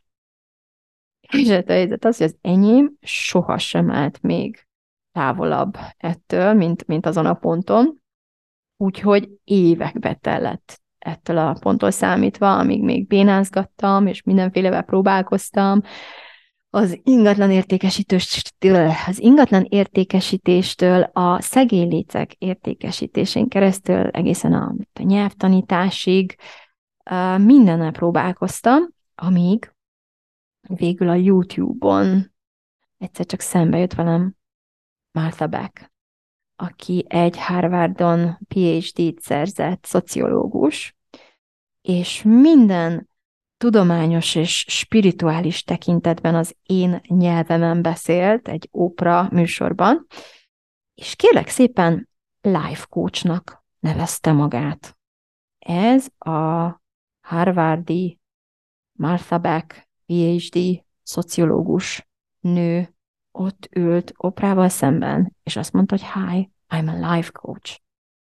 És a helyzet az, hogy az enyém sohasem állt még távolabb ettől, mint, mint azon a ponton, úgyhogy évekbe tellett ettől a ponttól számítva, amíg még bénázgattam, és mindenfélevel próbálkoztam. Az ingatlan értékesítéstől, az ingatlan értékesítéstől a szegélylécek értékesítésén keresztül egészen a, a nyelvtanításig mindennel próbálkoztam, amíg végül a YouTube-on egyszer csak szembe jött velem Martha Beck, aki egy Harvardon pé há dét szerzett szociológus, és minden tudományos és spirituális tekintetben az én nyelvemen beszélt egy Oprah műsorban, és kérlek szépen life coachnak nevezte magát. Ez a harvardi Martha Beck pé há dé szociológus nő ott ült Oprával szemben, és azt mondta, hogy hi, I'm a life coach.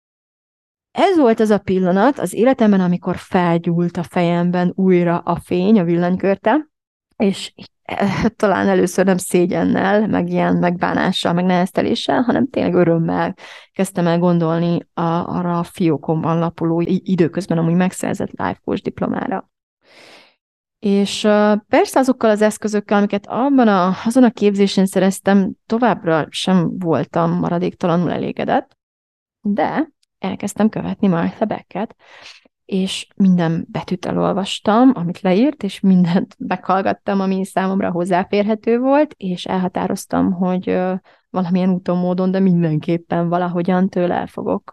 Ez volt az a pillanat az életemben, amikor felgyúlt a fejemben újra a fény, a villanykörte, és talán először nem szégyennel, meg ilyen megbánással, meg nehezteléssel, hanem tényleg örömmel kezdtem el gondolni a, arra a fiókomban lapuló, időközben amúgy megszerzett life coach diplomára. És persze azokkal az eszközökkel, amiket abban a, azon a képzésen szereztem, továbbra sem voltam maradéktalanul elégedett, de elkezdtem követni Martha Becket, és minden betűt elolvastam, amit leírt, és mindent meghallgattam, ami számomra hozzáférhető volt, és elhatároztam, hogy valamilyen úton, módon, de mindenképpen valahogyan tőle el fogok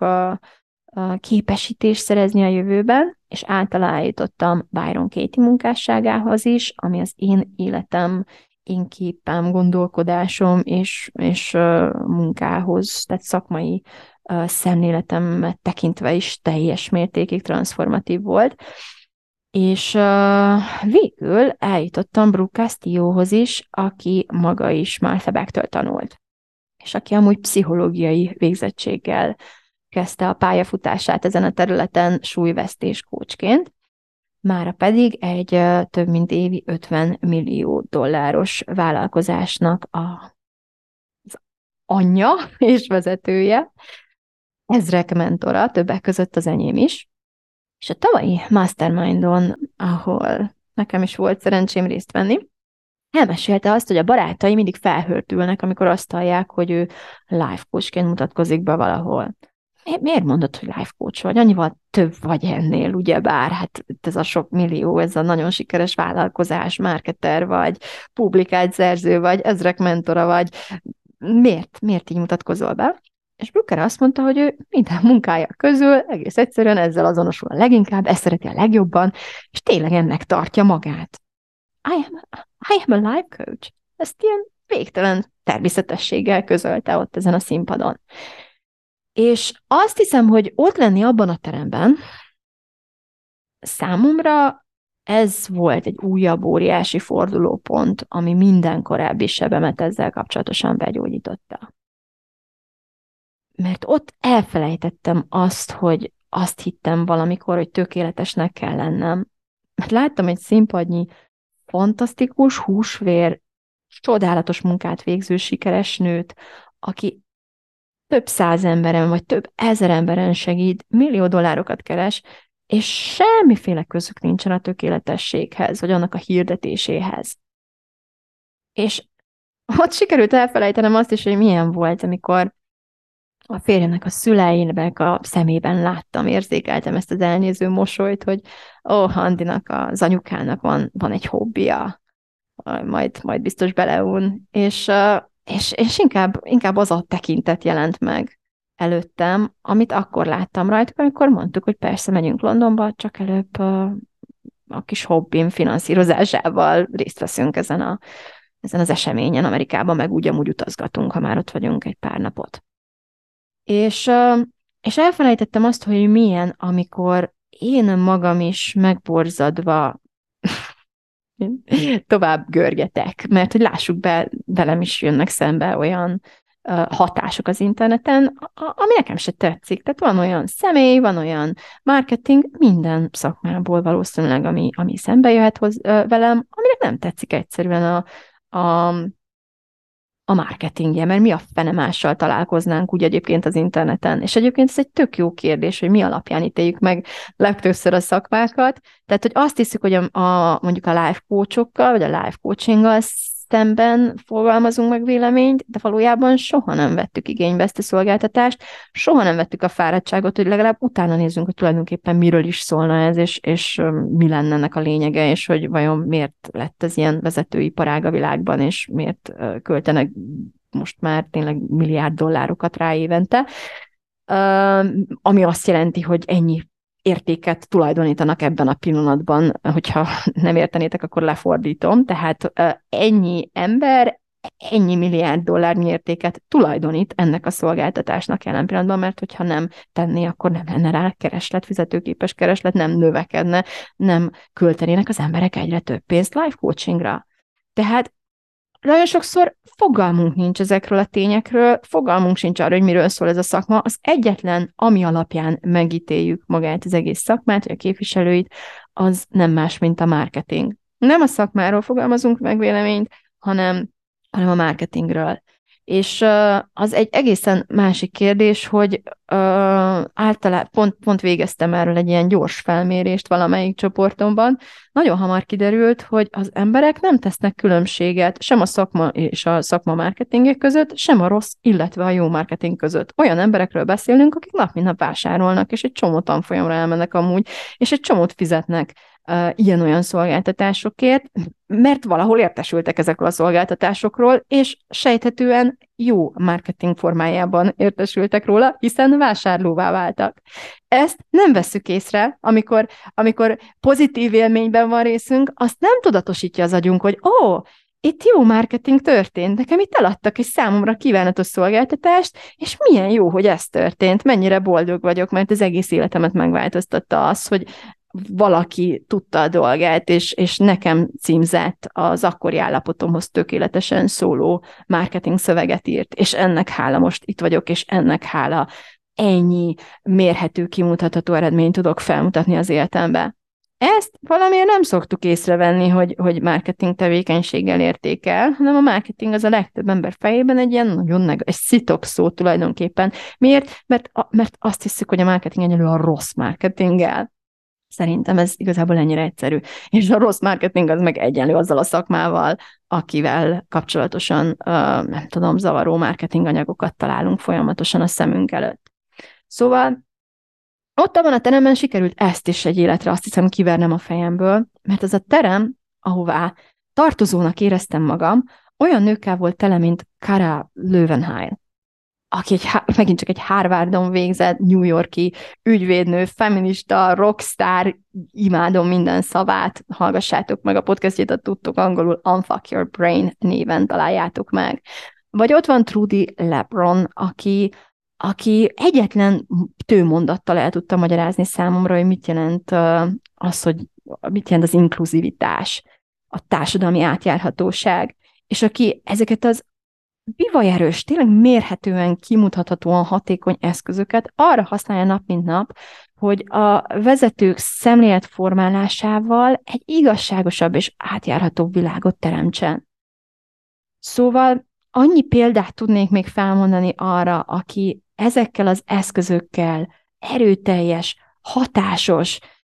képesítést szerezni a jövőben, és általában Byron Katie munkásságához is, ami az én életem, én képem, gondolkodásom és, és uh, munkához, tehát szakmai uh, szemléletemet tekintve is teljes mértékig transformatív volt. És uh, végül eljutottam Brooke Castillohoz is, aki maga is Martha Becktől tanult, és aki amúgy pszichológiai végzettséggel kezdte a pályafutását ezen a területen súlyvesztés coachként, mára pedig egy uh, több mint évi ötven millió dolláros vállalkozásnak a, az anyja és vezetője, ezrek mentora, többek között az enyém is. És a tavalyi Mastermindon, ahol nekem is volt szerencsém részt venni, elmesélte azt, hogy a barátai mindig felhördülnek, amikor azt hallják, hogy ő life coachként mutatkozik be valahol. Miért mondod, hogy life coach vagy? Annyival több vagy ennél, ugyebár, hát ez a sok millió, ez a nagyon sikeres vállalkozás, marketer vagy, publikált szerző vagy, ezrek mentora vagy. Miért? Miért így mutatkozol be? És Brooker azt mondta, hogy ő minden munkája közül egész egyszerűen ezzel azonosul a leginkább, ezt szereti a legjobban, és tényleg ennek tartja magát. I am a, I am a life coach. Ezt ilyen végtelen természetességgel közölte ott ezen a színpadon. És azt hiszem, hogy ott lenni abban a teremben számomra ez volt egy újabb óriási fordulópont, ami minden korábbi sebemet ezzel kapcsolatosan begyógyította. Mert ott elfelejtettem azt, hogy azt hittem valamikor, hogy tökéletesnek kell lennem. Mert láttam egy színpadnyi fantasztikus, húsvér, csodálatos munkát végző sikeres nőt, aki több száz emberen, vagy több ezer emberen segít, millió dollárokat keres, és semmiféle közük nincsen a tökéletességhez, vagy annak a hirdetéséhez. És ott sikerült elfelejtenem azt is, hogy milyen volt, amikor a férjemnek a szüleinek a szemében láttam, érzékeltem ezt az elnéző mosolyt, hogy ó, oh, Andinak, az anyukának van, van egy hobbija, majd, majd biztos beleún, és, és, és inkább, inkább az a tekintet jelent meg előttem, amit akkor láttam rajtuk, amikor mondtuk, hogy persze megyünk Londonba, csak előbb a, a kis hobbim finanszírozásával részt veszünk ezen, a, ezen az eseményen Amerikában, meg úgy amúgy utazgatunk, ha már ott vagyunk egy pár napot. És, és elfelejtettem azt, hogy milyen, amikor én magam is megborzadva tovább görgetek, mert hogy lássuk be, velem is jönnek szembe olyan hatások az interneten, ami nekem se tetszik. Tehát van olyan személy, van olyan marketing, minden szakmából valószínűleg, ami, ami szembe jöhet hoz, velem, aminek nem tetszik egyszerűen a, a a marketingje, mert mi a fene mással találkoznánk úgy egyébként az interneten. És egyébként ez egy tök jó kérdés, hogy mi alapján ítéljük meg legtöbbször a szakmákat. Tehát, hogy azt hiszük, hogy a, a, mondjuk a life coachokkal, vagy a life coachinggal szemben fogalmazunk meg véleményt, de valójában soha nem vettük igénybe ezt a szolgáltatást, soha nem vettük a fáradtságot, hogy legalább utána nézzünk, hogy tulajdonképpen miről is szólna ez, és, és mi lenne ennek a lényege, és hogy vajon miért lett ez ilyen vezetőiparág a világban, és miért költenek most már tényleg milliárd dollárokat rá évente, ami azt jelenti, hogy ennyi értéket tulajdonítanak ebben a pillanatban, hogyha nem értenétek, akkor lefordítom. Tehát ennyi ember, ennyi milliárd dollárnyi értéket tulajdonít ennek a szolgáltatásnak jelen pillanatban, mert hogyha nem tenné, akkor nem lenne rá kereslet, fizetőképes kereslet, nem növekedne, nem költenének az emberek egyre több pénzt life coachingra. Tehát nagyon sokszor fogalmunk nincs ezekről a tényekről, fogalmunk sincs arra, hogy miről szól ez a szakma. Az egyetlen, ami alapján megítéljük magát az egész szakmát, vagy a képviselőit, az nem más, mint a marketing. Nem a szakmáról fogalmazunk meg véleményt, hanem, hanem a marketingről. És uh, az egy egészen másik kérdés, hogy uh, általában pont, pont végeztem erről egy ilyen gyors felmérést valamelyik csoportomban. Nagyon hamar kiderült, hogy az emberek nem tesznek különbséget sem a szakma és a szakma marketingek között, sem a rossz, illetve a jó marketing között. Olyan emberekről beszélünk, akik nap mint nap vásárolnak, és egy csomó tanfolyamra elmennek amúgy, és egy csomót fizetnek uh, ilyen-olyan szolgáltatásokért, mert valahol értesültek ezekről a szolgáltatásokról, és sejthetően jó marketing formájában értesültek róla, hiszen vásárlóvá váltak. Ezt nem vesszük észre, amikor, amikor pozitív élményben van részünk, azt nem tudatosítja az agyunk, hogy ó, oh, itt jó marketing történt, nekem itt eladtak egy számomra kívánatos szolgáltatást, és milyen jó, hogy ez történt, mennyire boldog vagyok, mert az egész életemet megváltoztatta az, hogy valaki tudta a dolgát, és, és nekem címzett az akkori állapotomhoz tökéletesen szóló marketing szöveget írt, és ennek hála most itt vagyok, és ennek hála ennyi mérhető, kimutatható eredményt tudok felmutatni az életembe. Ezt valamiért nem szoktuk észrevenni, hogy, hogy marketing tevékenységgel értékel, hanem a marketing az a legtöbb ember fejében egy ilyen nagyon neg- egy szitok szó tulajdonképpen. Miért? Mert, a, mert azt hiszük, hogy a marketing egyenlő a rossz marketinggel. Szerintem ez igazából ennyire egyszerű. És a rossz marketing az meg egyenlő azzal a szakmával, akivel kapcsolatosan, uh, nem tudom, zavaró marketing anyagokat találunk folyamatosan a szemünk előtt. Szóval ott abban a teremben sikerült ezt is egy életre, azt hiszem, kivernem a fejemből, mert az a terem, ahová tartozónak éreztem magam, olyan nőkkel volt tele, mint Cara Löwenheim, aki egy, megint csak egy Harvardon végzett, New York-i ügyvédnő, feminista, rockstar, imádom minden szavát, hallgassátok meg a podcastjét, a tudtok angolul, Unfuck Your Brain néven találjátok meg. Vagy ott van Trudy Lebron, aki, aki egyetlen tőmondattal el tudta magyarázni számomra, hogy mit jelent az, hogy mit jelent az inkluzivitás, a társadalmi átjárhatóság, és aki ezeket az bivajerős, tényleg mérhetően, kimutathatóan hatékony eszközöket arra használja nap mint nap, hogy a vezetők szemléletformálásával egy igazságosabb és átjárhatóbb világot teremtsen. Szóval annyi példát tudnék még felmondani arra, aki ezekkel az eszközökkel erőteljes, hatásos,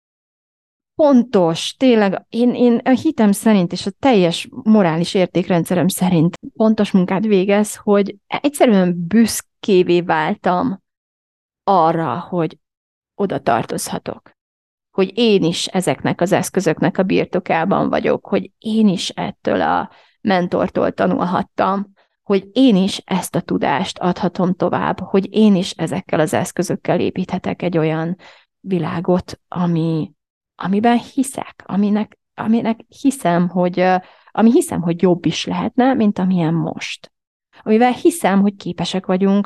pontos, tényleg én, én a hitem szerint és a teljes morális értékrendszerem szerint pontos munkát végez, hogy egyszerűen büszkévé váltam arra, hogy oda tartozhatok. Hogy én is ezeknek az eszközöknek a birtokában vagyok, hogy én is ettől a mentortól tanulhattam, hogy én is ezt a tudást adhatom tovább, hogy én is ezekkel az eszközökkel építhetek egy olyan világot, ami, amiben hiszek, aminek, aminek hiszem, hogy, ami hiszem, hogy jobb is lehetne, mint amilyen most. Amivel hiszem, hogy képesek vagyunk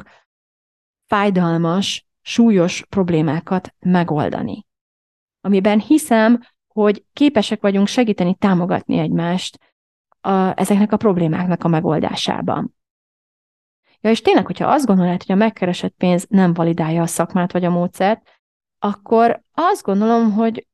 fájdalmas, súlyos problémákat megoldani. Amiben hiszem, hogy képesek vagyunk segíteni, támogatni egymást a, ezeknek a problémáknak a megoldásában. Ja, és tényleg, hogyha azt gondolod, hogy a megkeresett pénz nem validálja a szakmát vagy a módszert, akkor azt gondolom, hogy,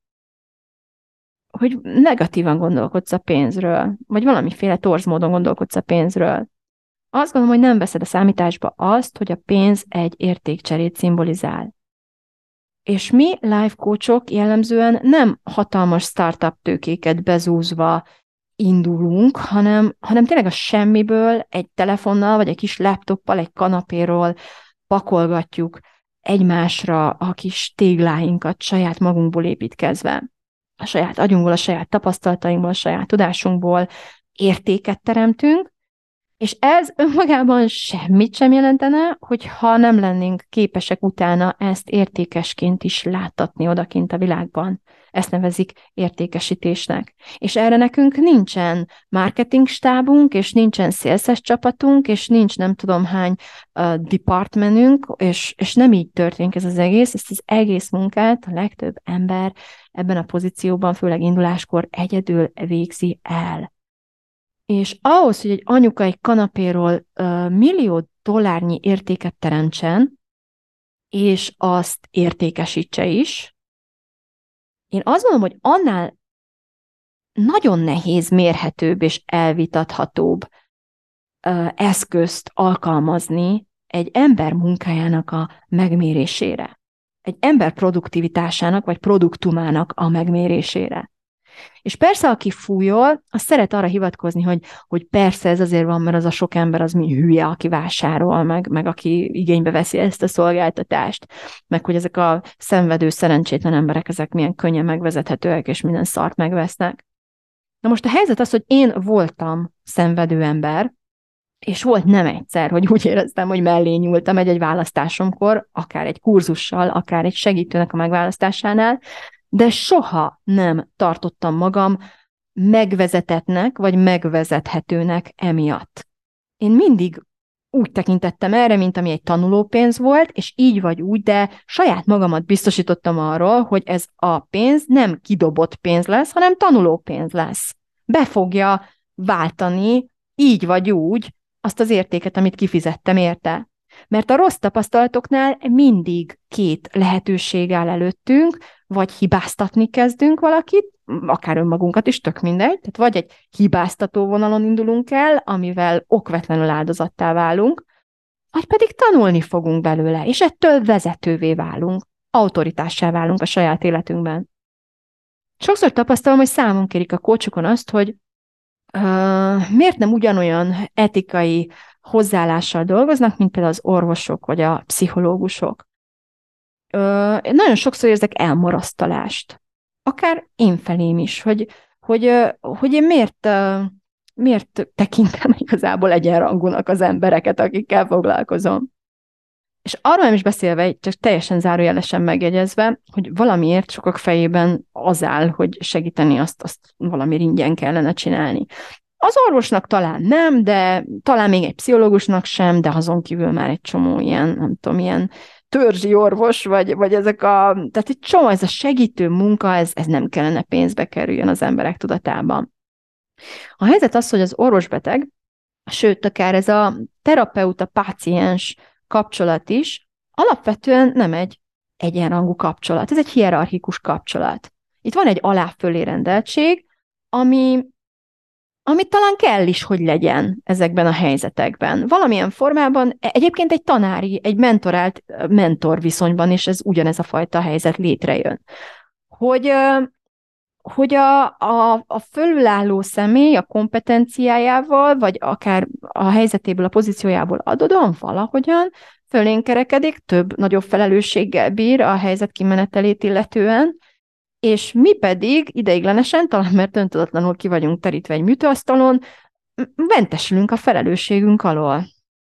hogy negatívan gondolkodsz a pénzről, vagy valamiféle torz módon gondolkodsz a pénzről. Azt gondolom, hogy nem veszed a számításba azt, hogy a pénz egy értékcserét szimbolizál. És mi life coachok jellemzően nem hatalmas startup tőkéket bezúzva indulunk, hanem, hanem tényleg a semmiből egy telefonnal, vagy egy kis laptoppal, egy kanapéról pakolgatjuk egymásra a kis tégláinkat saját magunkból építkezve. A saját agyunkból, a saját tapasztalatainkból, a saját tudásunkból értéket teremtünk, és ez önmagában semmit sem jelentene, hogyha nem lennénk képesek utána ezt értékesként is láttatni odakint a világban. Ezt nevezik értékesítésnek. És erre nekünk nincsen marketing stábunk, és nincsen szélszes csapatunk, és nincs nem tudom hány uh, departmentünk, és, és nem így történik ez az egész. Ezt az egész munkát a legtöbb ember ebben a pozícióban, főleg induláskor egyedül végzi el. És ahhoz, hogy egy anyuka egy kanapéról uh, millió dollárnyi értéket teremtsen, és azt értékesítse is, én azt mondom, hogy annál nagyon nehéz, mérhetőbb és elvitathatóbb uh, eszközt alkalmazni egy ember munkájának a megmérésére. Egy ember produktivitásának vagy produktumának a megmérésére. És persze, aki fújol, az szeret arra hivatkozni, hogy, hogy persze ez azért van, mert az a sok ember az mi hülye, aki vásárol, meg, meg aki igénybe veszi ezt a szolgáltatást, meg hogy ezek a szenvedő, szerencsétlen emberek, ezek milyen könnyen megvezethetőek, és minden szart megvesznek. Na most a helyzet az, hogy én voltam szenvedő ember, és volt nem egyszer, hogy úgy éreztem, hogy mellé nyúltam egy-egy választásomkor, akár egy kurzussal, akár egy segítőnek a megválasztásánál, de soha nem tartottam magam megvezetetnek, vagy megvezethetőnek emiatt. Én mindig úgy tekintettem erre, mint ami egy tanulópénz volt, és így vagy úgy, de saját magamat biztosítottam arról, hogy ez a pénz nem kidobott pénz lesz, hanem tanulópénz lesz. Be fogja váltani így vagy úgy azt az értéket, amit kifizettem érte. Mert a rossz tapasztalatoknál mindig két lehetőség áll előttünk, vagy hibáztatni kezdünk valakit, akár önmagunkat is, tök mindegy, tehát vagy egy hibáztató vonalon indulunk el, amivel okvetlenül áldozattá válunk, vagy pedig tanulni fogunk belőle, és ettől vezetővé válunk, autoritássá válunk a saját életünkben. Sokszor tapasztalom, hogy számon kérik a coachokon azt, hogy uh, miért nem ugyanolyan etikai hozzáállással dolgoznak, mint például az orvosok vagy a pszichológusok. Ö, nagyon sokszor érzek elmarasztalást. Akár én felém is, hogy, hogy, hogy én miért, miért tekintem igazából egyenrangúnak az embereket, akikkel foglalkozom. És arról nem is beszélve, csak teljesen zárójelesen megjegyezve, hogy valamiért sokak fejében az áll, hogy segíteni azt, azt valami ingyen kellene csinálni. Az orvosnak talán nem, de talán még egy pszichológusnak sem, de azon kívül már egy csomó ilyen, nem tudom, ilyen törzsi orvos, vagy, vagy ezek a, tehát egy csomó, ez a segítő munka, ez, ez nem kellene pénzbe kerüljön az emberek tudatában. A helyzet az, hogy az orvos-beteg, sőt, akár ez a terapeuta-páciens kapcsolat is alapvetően nem egy egyenrangú kapcsolat, ez egy hierarchikus kapcsolat. Itt van egy alá-fölé rendeltség, ami amit talán kell is, hogy legyen ezekben a helyzetekben. Valamilyen formában egyébként egy tanári, egy mentorált mentor viszonyban is ez ugyanez a fajta helyzet létrejön. Hogy, hogy a, a, a fölülálló személy a kompetenciájával, vagy akár a helyzetéből, a pozíciójából adódóan valahogyan fölénk kerekedik, több, nagyobb felelősséggel bír a helyzet kimenetelét illetően, és mi pedig ideiglenesen, talán mert öntudatlanul ki vagyunk terítve egy műtőasztalon, mentesülünk a felelősségünk alól.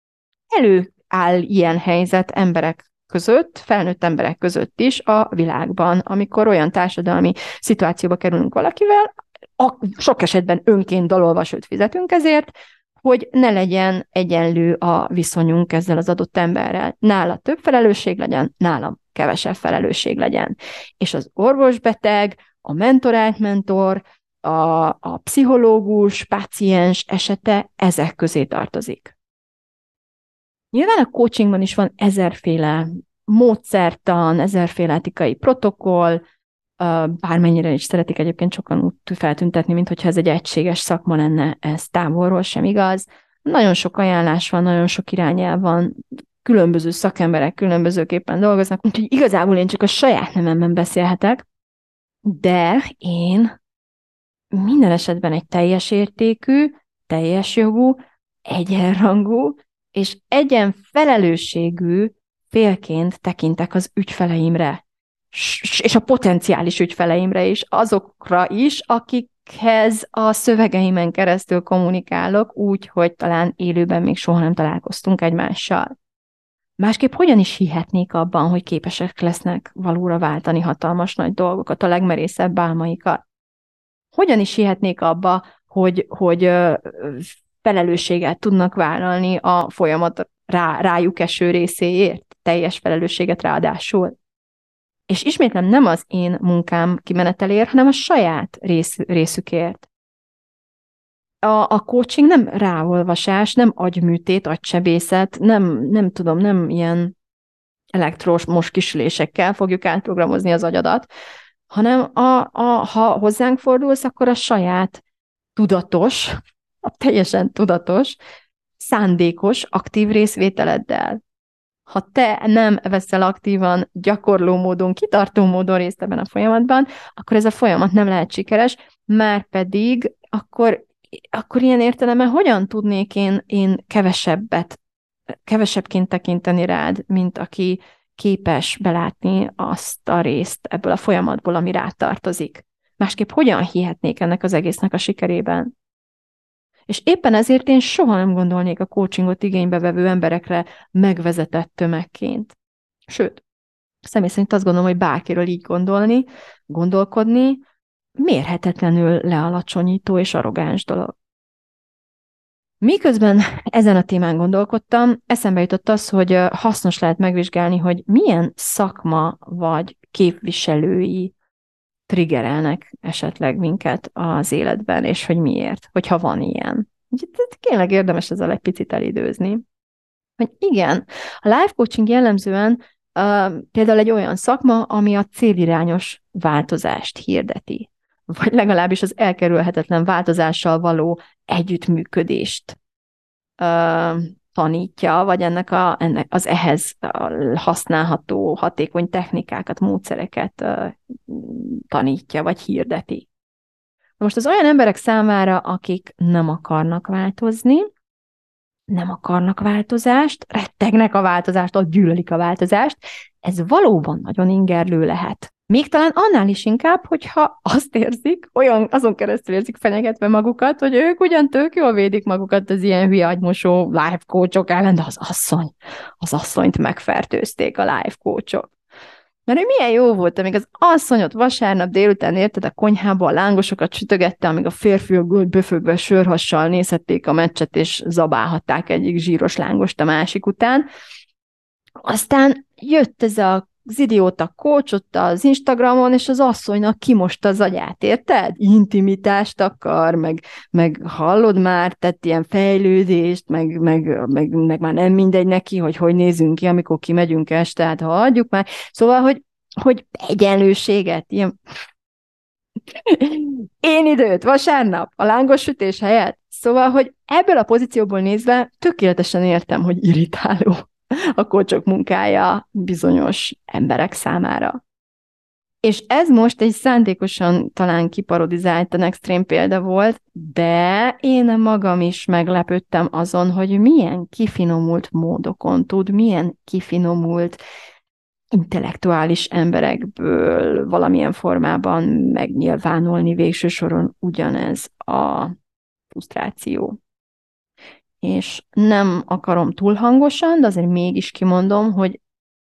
Előáll ilyen helyzet emberek között, felnőtt emberek között is a világban, amikor olyan társadalmi szituációba kerülünk valakivel, a, sok esetben önként dalolva, sőt fizetünk ezért, hogy ne legyen egyenlő a viszonyunk ezzel az adott emberrel. Nála több felelősség legyen, nálam kevesebb felelősség legyen. És az orvosbeteg, a mentorált mentor, a, a pszichológus, páciens esete ezek közé tartozik. Nyilván a coachingban is van ezerféle módszertan, ezerféle etikai protokoll, bármennyire is szeretik egyébként sokan úgy feltüntetni, mintha ez egy egységes szakma lenne, ez távolról sem igaz. Nagyon sok ajánlás van, nagyon sok irányelv van, különböző szakemberek különbözőképpen dolgoznak, úgyhogy igazából én csak a saját nememben beszélhetek, de én minden esetben egy teljes értékű, teljes jogú, egyenrangú és egyen felelősségű félként tekintek az ügyfeleimre, és a potenciális ügyfeleimre is, azokra is, akikhez a szövegeimen keresztül kommunikálok, úgy, hogy talán élőben még soha nem találkoztunk egymással. Másképp hogyan is hihetnék abban, hogy képesek lesznek valóra váltani hatalmas nagy dolgokat, a legmerészebb álmaikat? Hogyan is hihetnék abba, hogy, hogy felelősséget tudnak vállalni a folyamat rá, rájuk eső részéért, teljes felelősséget ráadásul? És ismétlem nem az én munkám kimeneteléért, hanem a saját rész, részükért. A, a coaching nem ráolvasás, nem agyműtét, agysebészet, nem, nem tudom, nem ilyen elektromos kisülésekkel fogjuk átprogramozni az agyadat, hanem a, a, ha hozzánk fordulsz, akkor a saját tudatos, a teljesen tudatos, szándékos, aktív részvételeddel. Ha te nem veszel aktívan, gyakorló módon, kitartó módon részt ebben a folyamatban, akkor ez a folyamat nem lehet sikeres, már pedig akkor, akkor ilyen értelemben hogyan tudnék én, én kevesebbet, kevesebbként tekinteni rád, mint aki képes belátni azt a részt ebből a folyamatból, ami rád tartozik. Másképp hogyan hihetnék ennek az egésznek a sikerében? És éppen ezért én soha nem gondolnék a coachingot igénybe vevő emberekre megvezetett tömegként. Sőt, személy szerint azt gondolom, hogy bárkiről így gondolni, gondolkodni, mérhetetlenül lealacsonyító és arrogáns dolog. Miközben ezen a témán gondolkodtam, eszembe jutott az, hogy hasznos lehet megvizsgálni, hogy milyen szakma vagy képviselői triggerelnek esetleg minket az életben, és hogy miért, hogyha van ilyen. Úgyhogy tényleg érdemes ezzel egy picit elidőzni. Hogy igen, a life coaching jellemzően uh, például egy olyan szakma, ami a célirányos változást hirdeti, vagy legalábbis az elkerülhetetlen változással való együttműködést uh, tanítja, vagy ennek, a, ennek az ehhez használható hatékony technikákat, módszereket uh, tanítja, vagy hirdeti. Most az olyan emberek számára, akik nem akarnak változni, nem akarnak változást, rettegnek a változástól, gyűlölik a változást, ez valóban nagyon ingerlő lehet. Még talán annál is inkább, hogyha azt érzik, olyan, azon keresztül érzik fenyegetve magukat, hogy ők ugyan tök jól védik magukat az ilyen hülye agymosó life coachok ellen, de az asszony, az asszonyt megfertőzték a life coachok. Mert milyen jó volt, amíg az asszony ott vasárnap délután érted a konyhába, a lángosokat sütögette, amíg a férfiak böfögve sörhassal nézhették a meccset, és zabálhatták egyik zsíros lángost a másik után. Aztán jött ez a az idióta coach ott az Instagramon, és az asszonynak kimosta az agyát, érted? Intimitást akar, meg, meg hallod már, tehát ilyen fejlődést, meg, meg, meg, meg már nem mindegy neki, hogy hogy nézünk ki, amikor kimegyünk este, hát ha adjuk már. Szóval, hogy, hogy egyenlőséget, ilyen én időt, vasárnap, a lángos sütés helyett. Szóval, hogy ebből a pozícióból nézve tökéletesen értem, hogy irritáló a kocsok munkája bizonyos emberek számára. És ez most egy szándékosan talán kiparodizáltan extrém példa volt, de én magam is meglepődtem azon, hogy milyen kifinomult módokon tud, milyen kifinomult intellektuális emberekből valamilyen formában megnyilvánulni végső soron ugyanez a frusztráció. És nem akarom túl hangosan, de azért mégis kimondom, hogy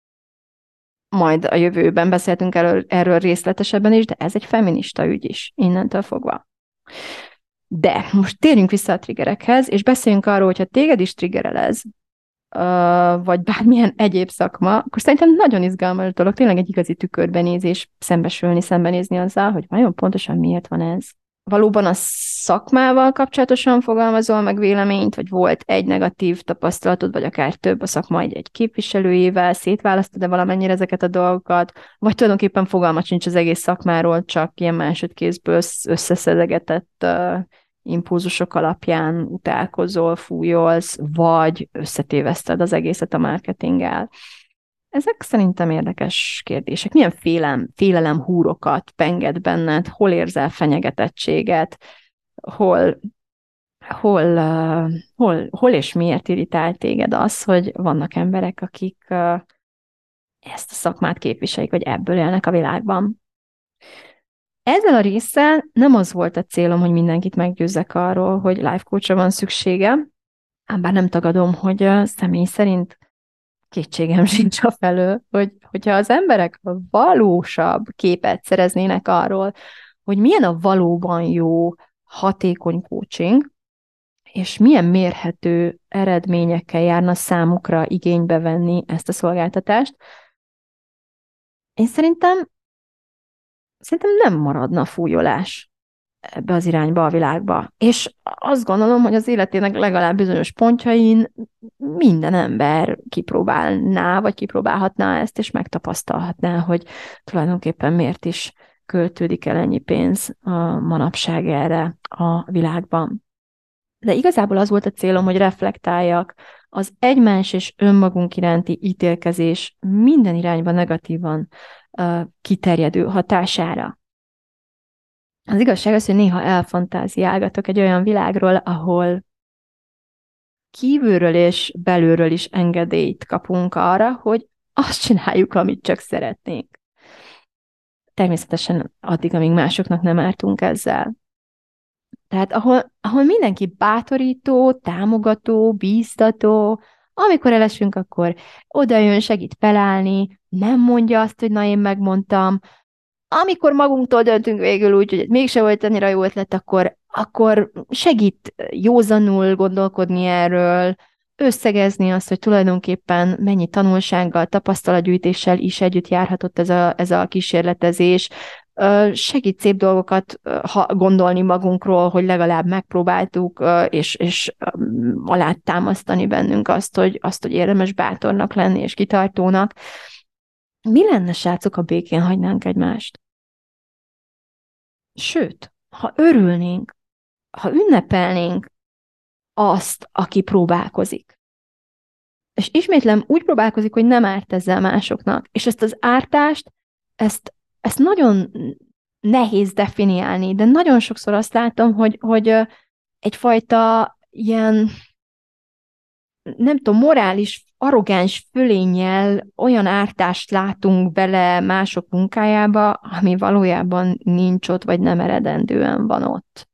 majd a jövőben beszéltünk erről, erről részletesebben is, de ez egy feminista ügy is, innentől fogva. De most térjünk vissza a triggerekhez, és beszéljünk arról, hogyha téged is triggerel ez, vagy bármilyen egyéb szakma, akkor szerintem nagyon izgalmas dolog, tényleg egy igazi tükörbenézés, szembesülni, szembenézni azzal, hogy vajon pontosan miért van ez. Valóban a szakmával kapcsolatosan fogalmazol meg véleményt, vagy volt egy negatív tapasztalatod, vagy akár több a szakma egy-egy képviselőjével, szétválasztod-e valamennyire ezeket a dolgokat, vagy tulajdonképpen fogalmat sincs az egész szakmáról, csak ilyen másodkézből összeszedegetett uh, impulzusok alapján utálkozol, fújolsz, vagy összetéveszted az egészet a marketinggel. Ezek szerintem érdekes kérdések. Milyen félelem, félelem húrokat penged benned, hol érzel fenyegetettséget, hol, hol, uh, hol, hol és miért irritál téged az, hogy vannak emberek, akik uh, ezt a szakmát képviselik, vagy ebből élnek a világban. Ezzel a résszel nem az volt a célom, hogy mindenkit meggyőzzek arról, hogy life coachra van szüksége, ám bár nem tagadom, hogy uh, személy szerint kétségem sincs a felől, hogy, hogyha az emberek valósabb képet szereznének arról, hogy milyen a valóban jó, hatékony coaching, és milyen mérhető eredményekkel járna számukra igénybe venni ezt a szolgáltatást, én szerintem, szerintem nem maradna fújolás ebbe az irányba a világba. És azt gondolom, hogy az életének legalább bizonyos pontjain minden ember kipróbálná, vagy kipróbálhatná ezt, és megtapasztalhatná, hogy tulajdonképpen miért is költődik el ennyi pénz a manapság erre a világban. De igazából az volt a célom, hogy reflektáljak az egymás és önmagunk iránti ítélkezés minden irányba negatívan uh, kiterjedő hatására. Az igazság az, hogy néha elfantáziálgatok egy olyan világról, ahol kívülről és belülről is engedélyt kapunk arra, hogy azt csináljuk, amit csak szeretnénk. Természetesen addig, amíg másoknak nem ártunk ezzel. Tehát ahol, ahol mindenki bátorító, támogató, bíztató, amikor elesünk, akkor oda jön, segít felállni, nem mondja azt, hogy na én megmondtam. Amikor magunktól döntünk végül úgy, hogy mégse volt annyira jó ötlet, akkor, akkor segít józanul gondolkodni erről, összegezni azt, hogy tulajdonképpen mennyi tanulsággal, tapasztalatgyűjtéssel is együtt járhatott ez a, ez a kísérletezés. Segít szép dolgokat gondolni magunkról, hogy legalább megpróbáltuk, és, és alátámasztani bennünk azt, hogy, azt, hogy érdemes bátornak lenni, és kitartónak. Mi lenne, srácok, ha békén hagynánk egymást? Sőt, ha örülnénk, ha ünnepelnénk azt, aki próbálkozik. És ismétlem, úgy próbálkozik, hogy nem árt ezzel másoknak. És ezt az ártást, ezt, ezt nagyon nehéz definiálni, de nagyon sokszor azt látom, hogy, hogy egyfajta ilyen, nem tudom, morális, arrogáns fölénnyel olyan ártást látunk bele mások munkájába, ami valójában nincs ott, vagy nem eredendően van ott,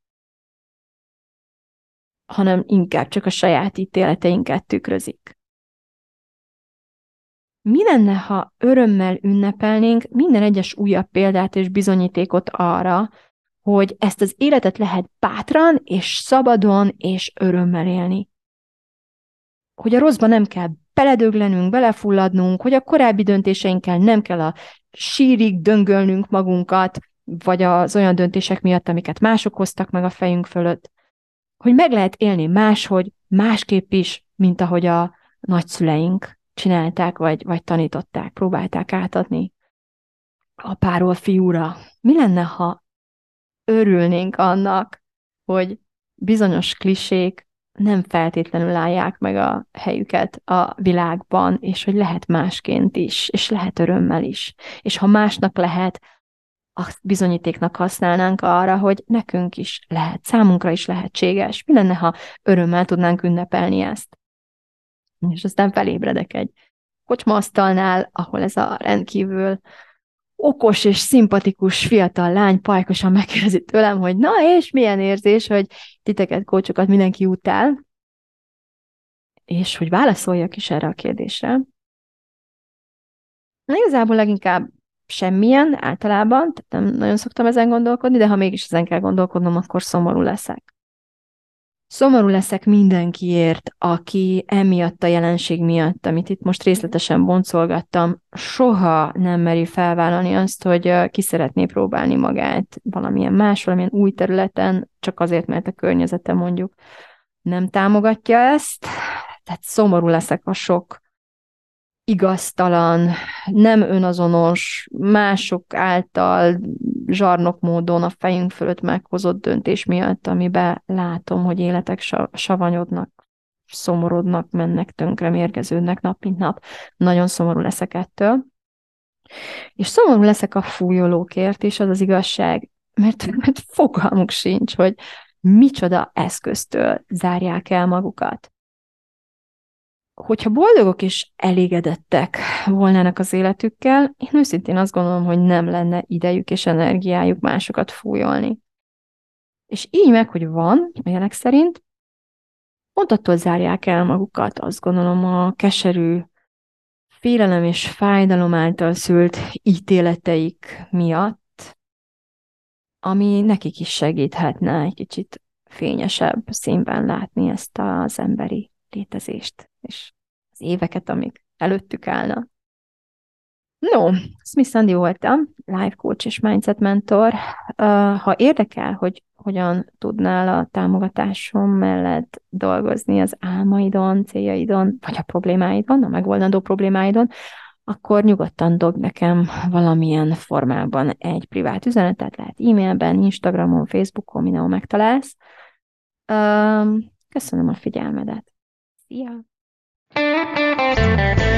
hanem inkább csak a saját ítéleteinket tükrözik. Mi lenne, ha örömmel ünnepelnénk minden egyes újabb példát és bizonyítékot arra, hogy ezt az életet lehet bátran és szabadon és örömmel élni. Hogy a rosszba nem kell beledöglenünk, belefulladnunk, hogy a korábbi döntéseinkkel nem kell a sírig döngölnünk magunkat, vagy az olyan döntések miatt, amiket mások hoztak meg a fejünk fölött. Hogy meg lehet élni máshogy, másképp is, mint ahogy a nagyszüleink csinálták, vagy, vagy tanították, próbálták átadni apáról fiúra. Mi lenne, ha örülnénk annak, hogy bizonyos klisék nem feltétlenül állják meg a helyüket a világban, és hogy lehet másként is, és lehet örömmel is. És ha másnak lehet, azt bizonyítéknak használnánk arra, hogy nekünk is lehet, számunkra is lehetséges. Mi lenne, ha örömmel tudnánk ünnepelni ezt? És aztán felébredek egy kocsmaasztalnál, ahol ez a rendkívül okos és szimpatikus fiatal lány pajkosan megkérdezi tőlem, hogy na és milyen érzés, hogy titeket, kócsokat mindenki utál, és hogy válaszoljak is erre a kérdésre. Na igazából leginkább semmilyen általában, tehát nem nagyon szoktam ezen gondolkodni, de ha mégis ezen kell gondolkodnom, akkor szomorú leszek. Szomorú leszek mindenkiért, aki emiatt a jelenség miatt, amit itt most részletesen boncolgattam, soha nem meri felvállalni azt, hogy ki szeretné próbálni magát valamilyen más, valamilyen új területen, csak azért, mert a környezete mondjuk nem támogatja ezt. Tehát szomorú leszek a sok igaztalan, nem önazonos, mások által zsarnok módon a fejünk fölött meghozott döntés miatt, amiben látom, hogy életek savanyodnak, szomorodnak, mennek tönkre, mérgeződnek nap mint nap. Nagyon szomorú leszek ettől. És szomorú leszek a fújolókért is, az az igazság, mert, mert fogalmuk sincs, hogy micsoda eszköztől zárják el magukat. Hogyha boldogok és elégedettek volnának az életükkel, én őszintén azt gondolom, hogy nem lenne idejük és energiájuk másokat fújolni. És így meg, hogy van, a jelek szerint, pont attól zárják el magukat, azt gondolom, a keserű félelem és fájdalom által szült ítéleteik miatt, ami nekik is segíthetne egy kicsit fényesebb színben látni ezt az emberi létezést, és az éveket, amik előttük állnak. No, Smith Andi voltam, life coach és mindset mentor. Ha érdekel, hogy hogyan tudnál a támogatásom mellett dolgozni az álmaidon, céljaidon, vagy a problémáidon, a megoldandó problémáidon, akkor nyugodtan dobd nekem valamilyen formában egy privát üzenetet, lehet e-mailben, Instagramon, Facebookon, mindenhol megtalálsz. Köszönöm a figyelmedet. Szia!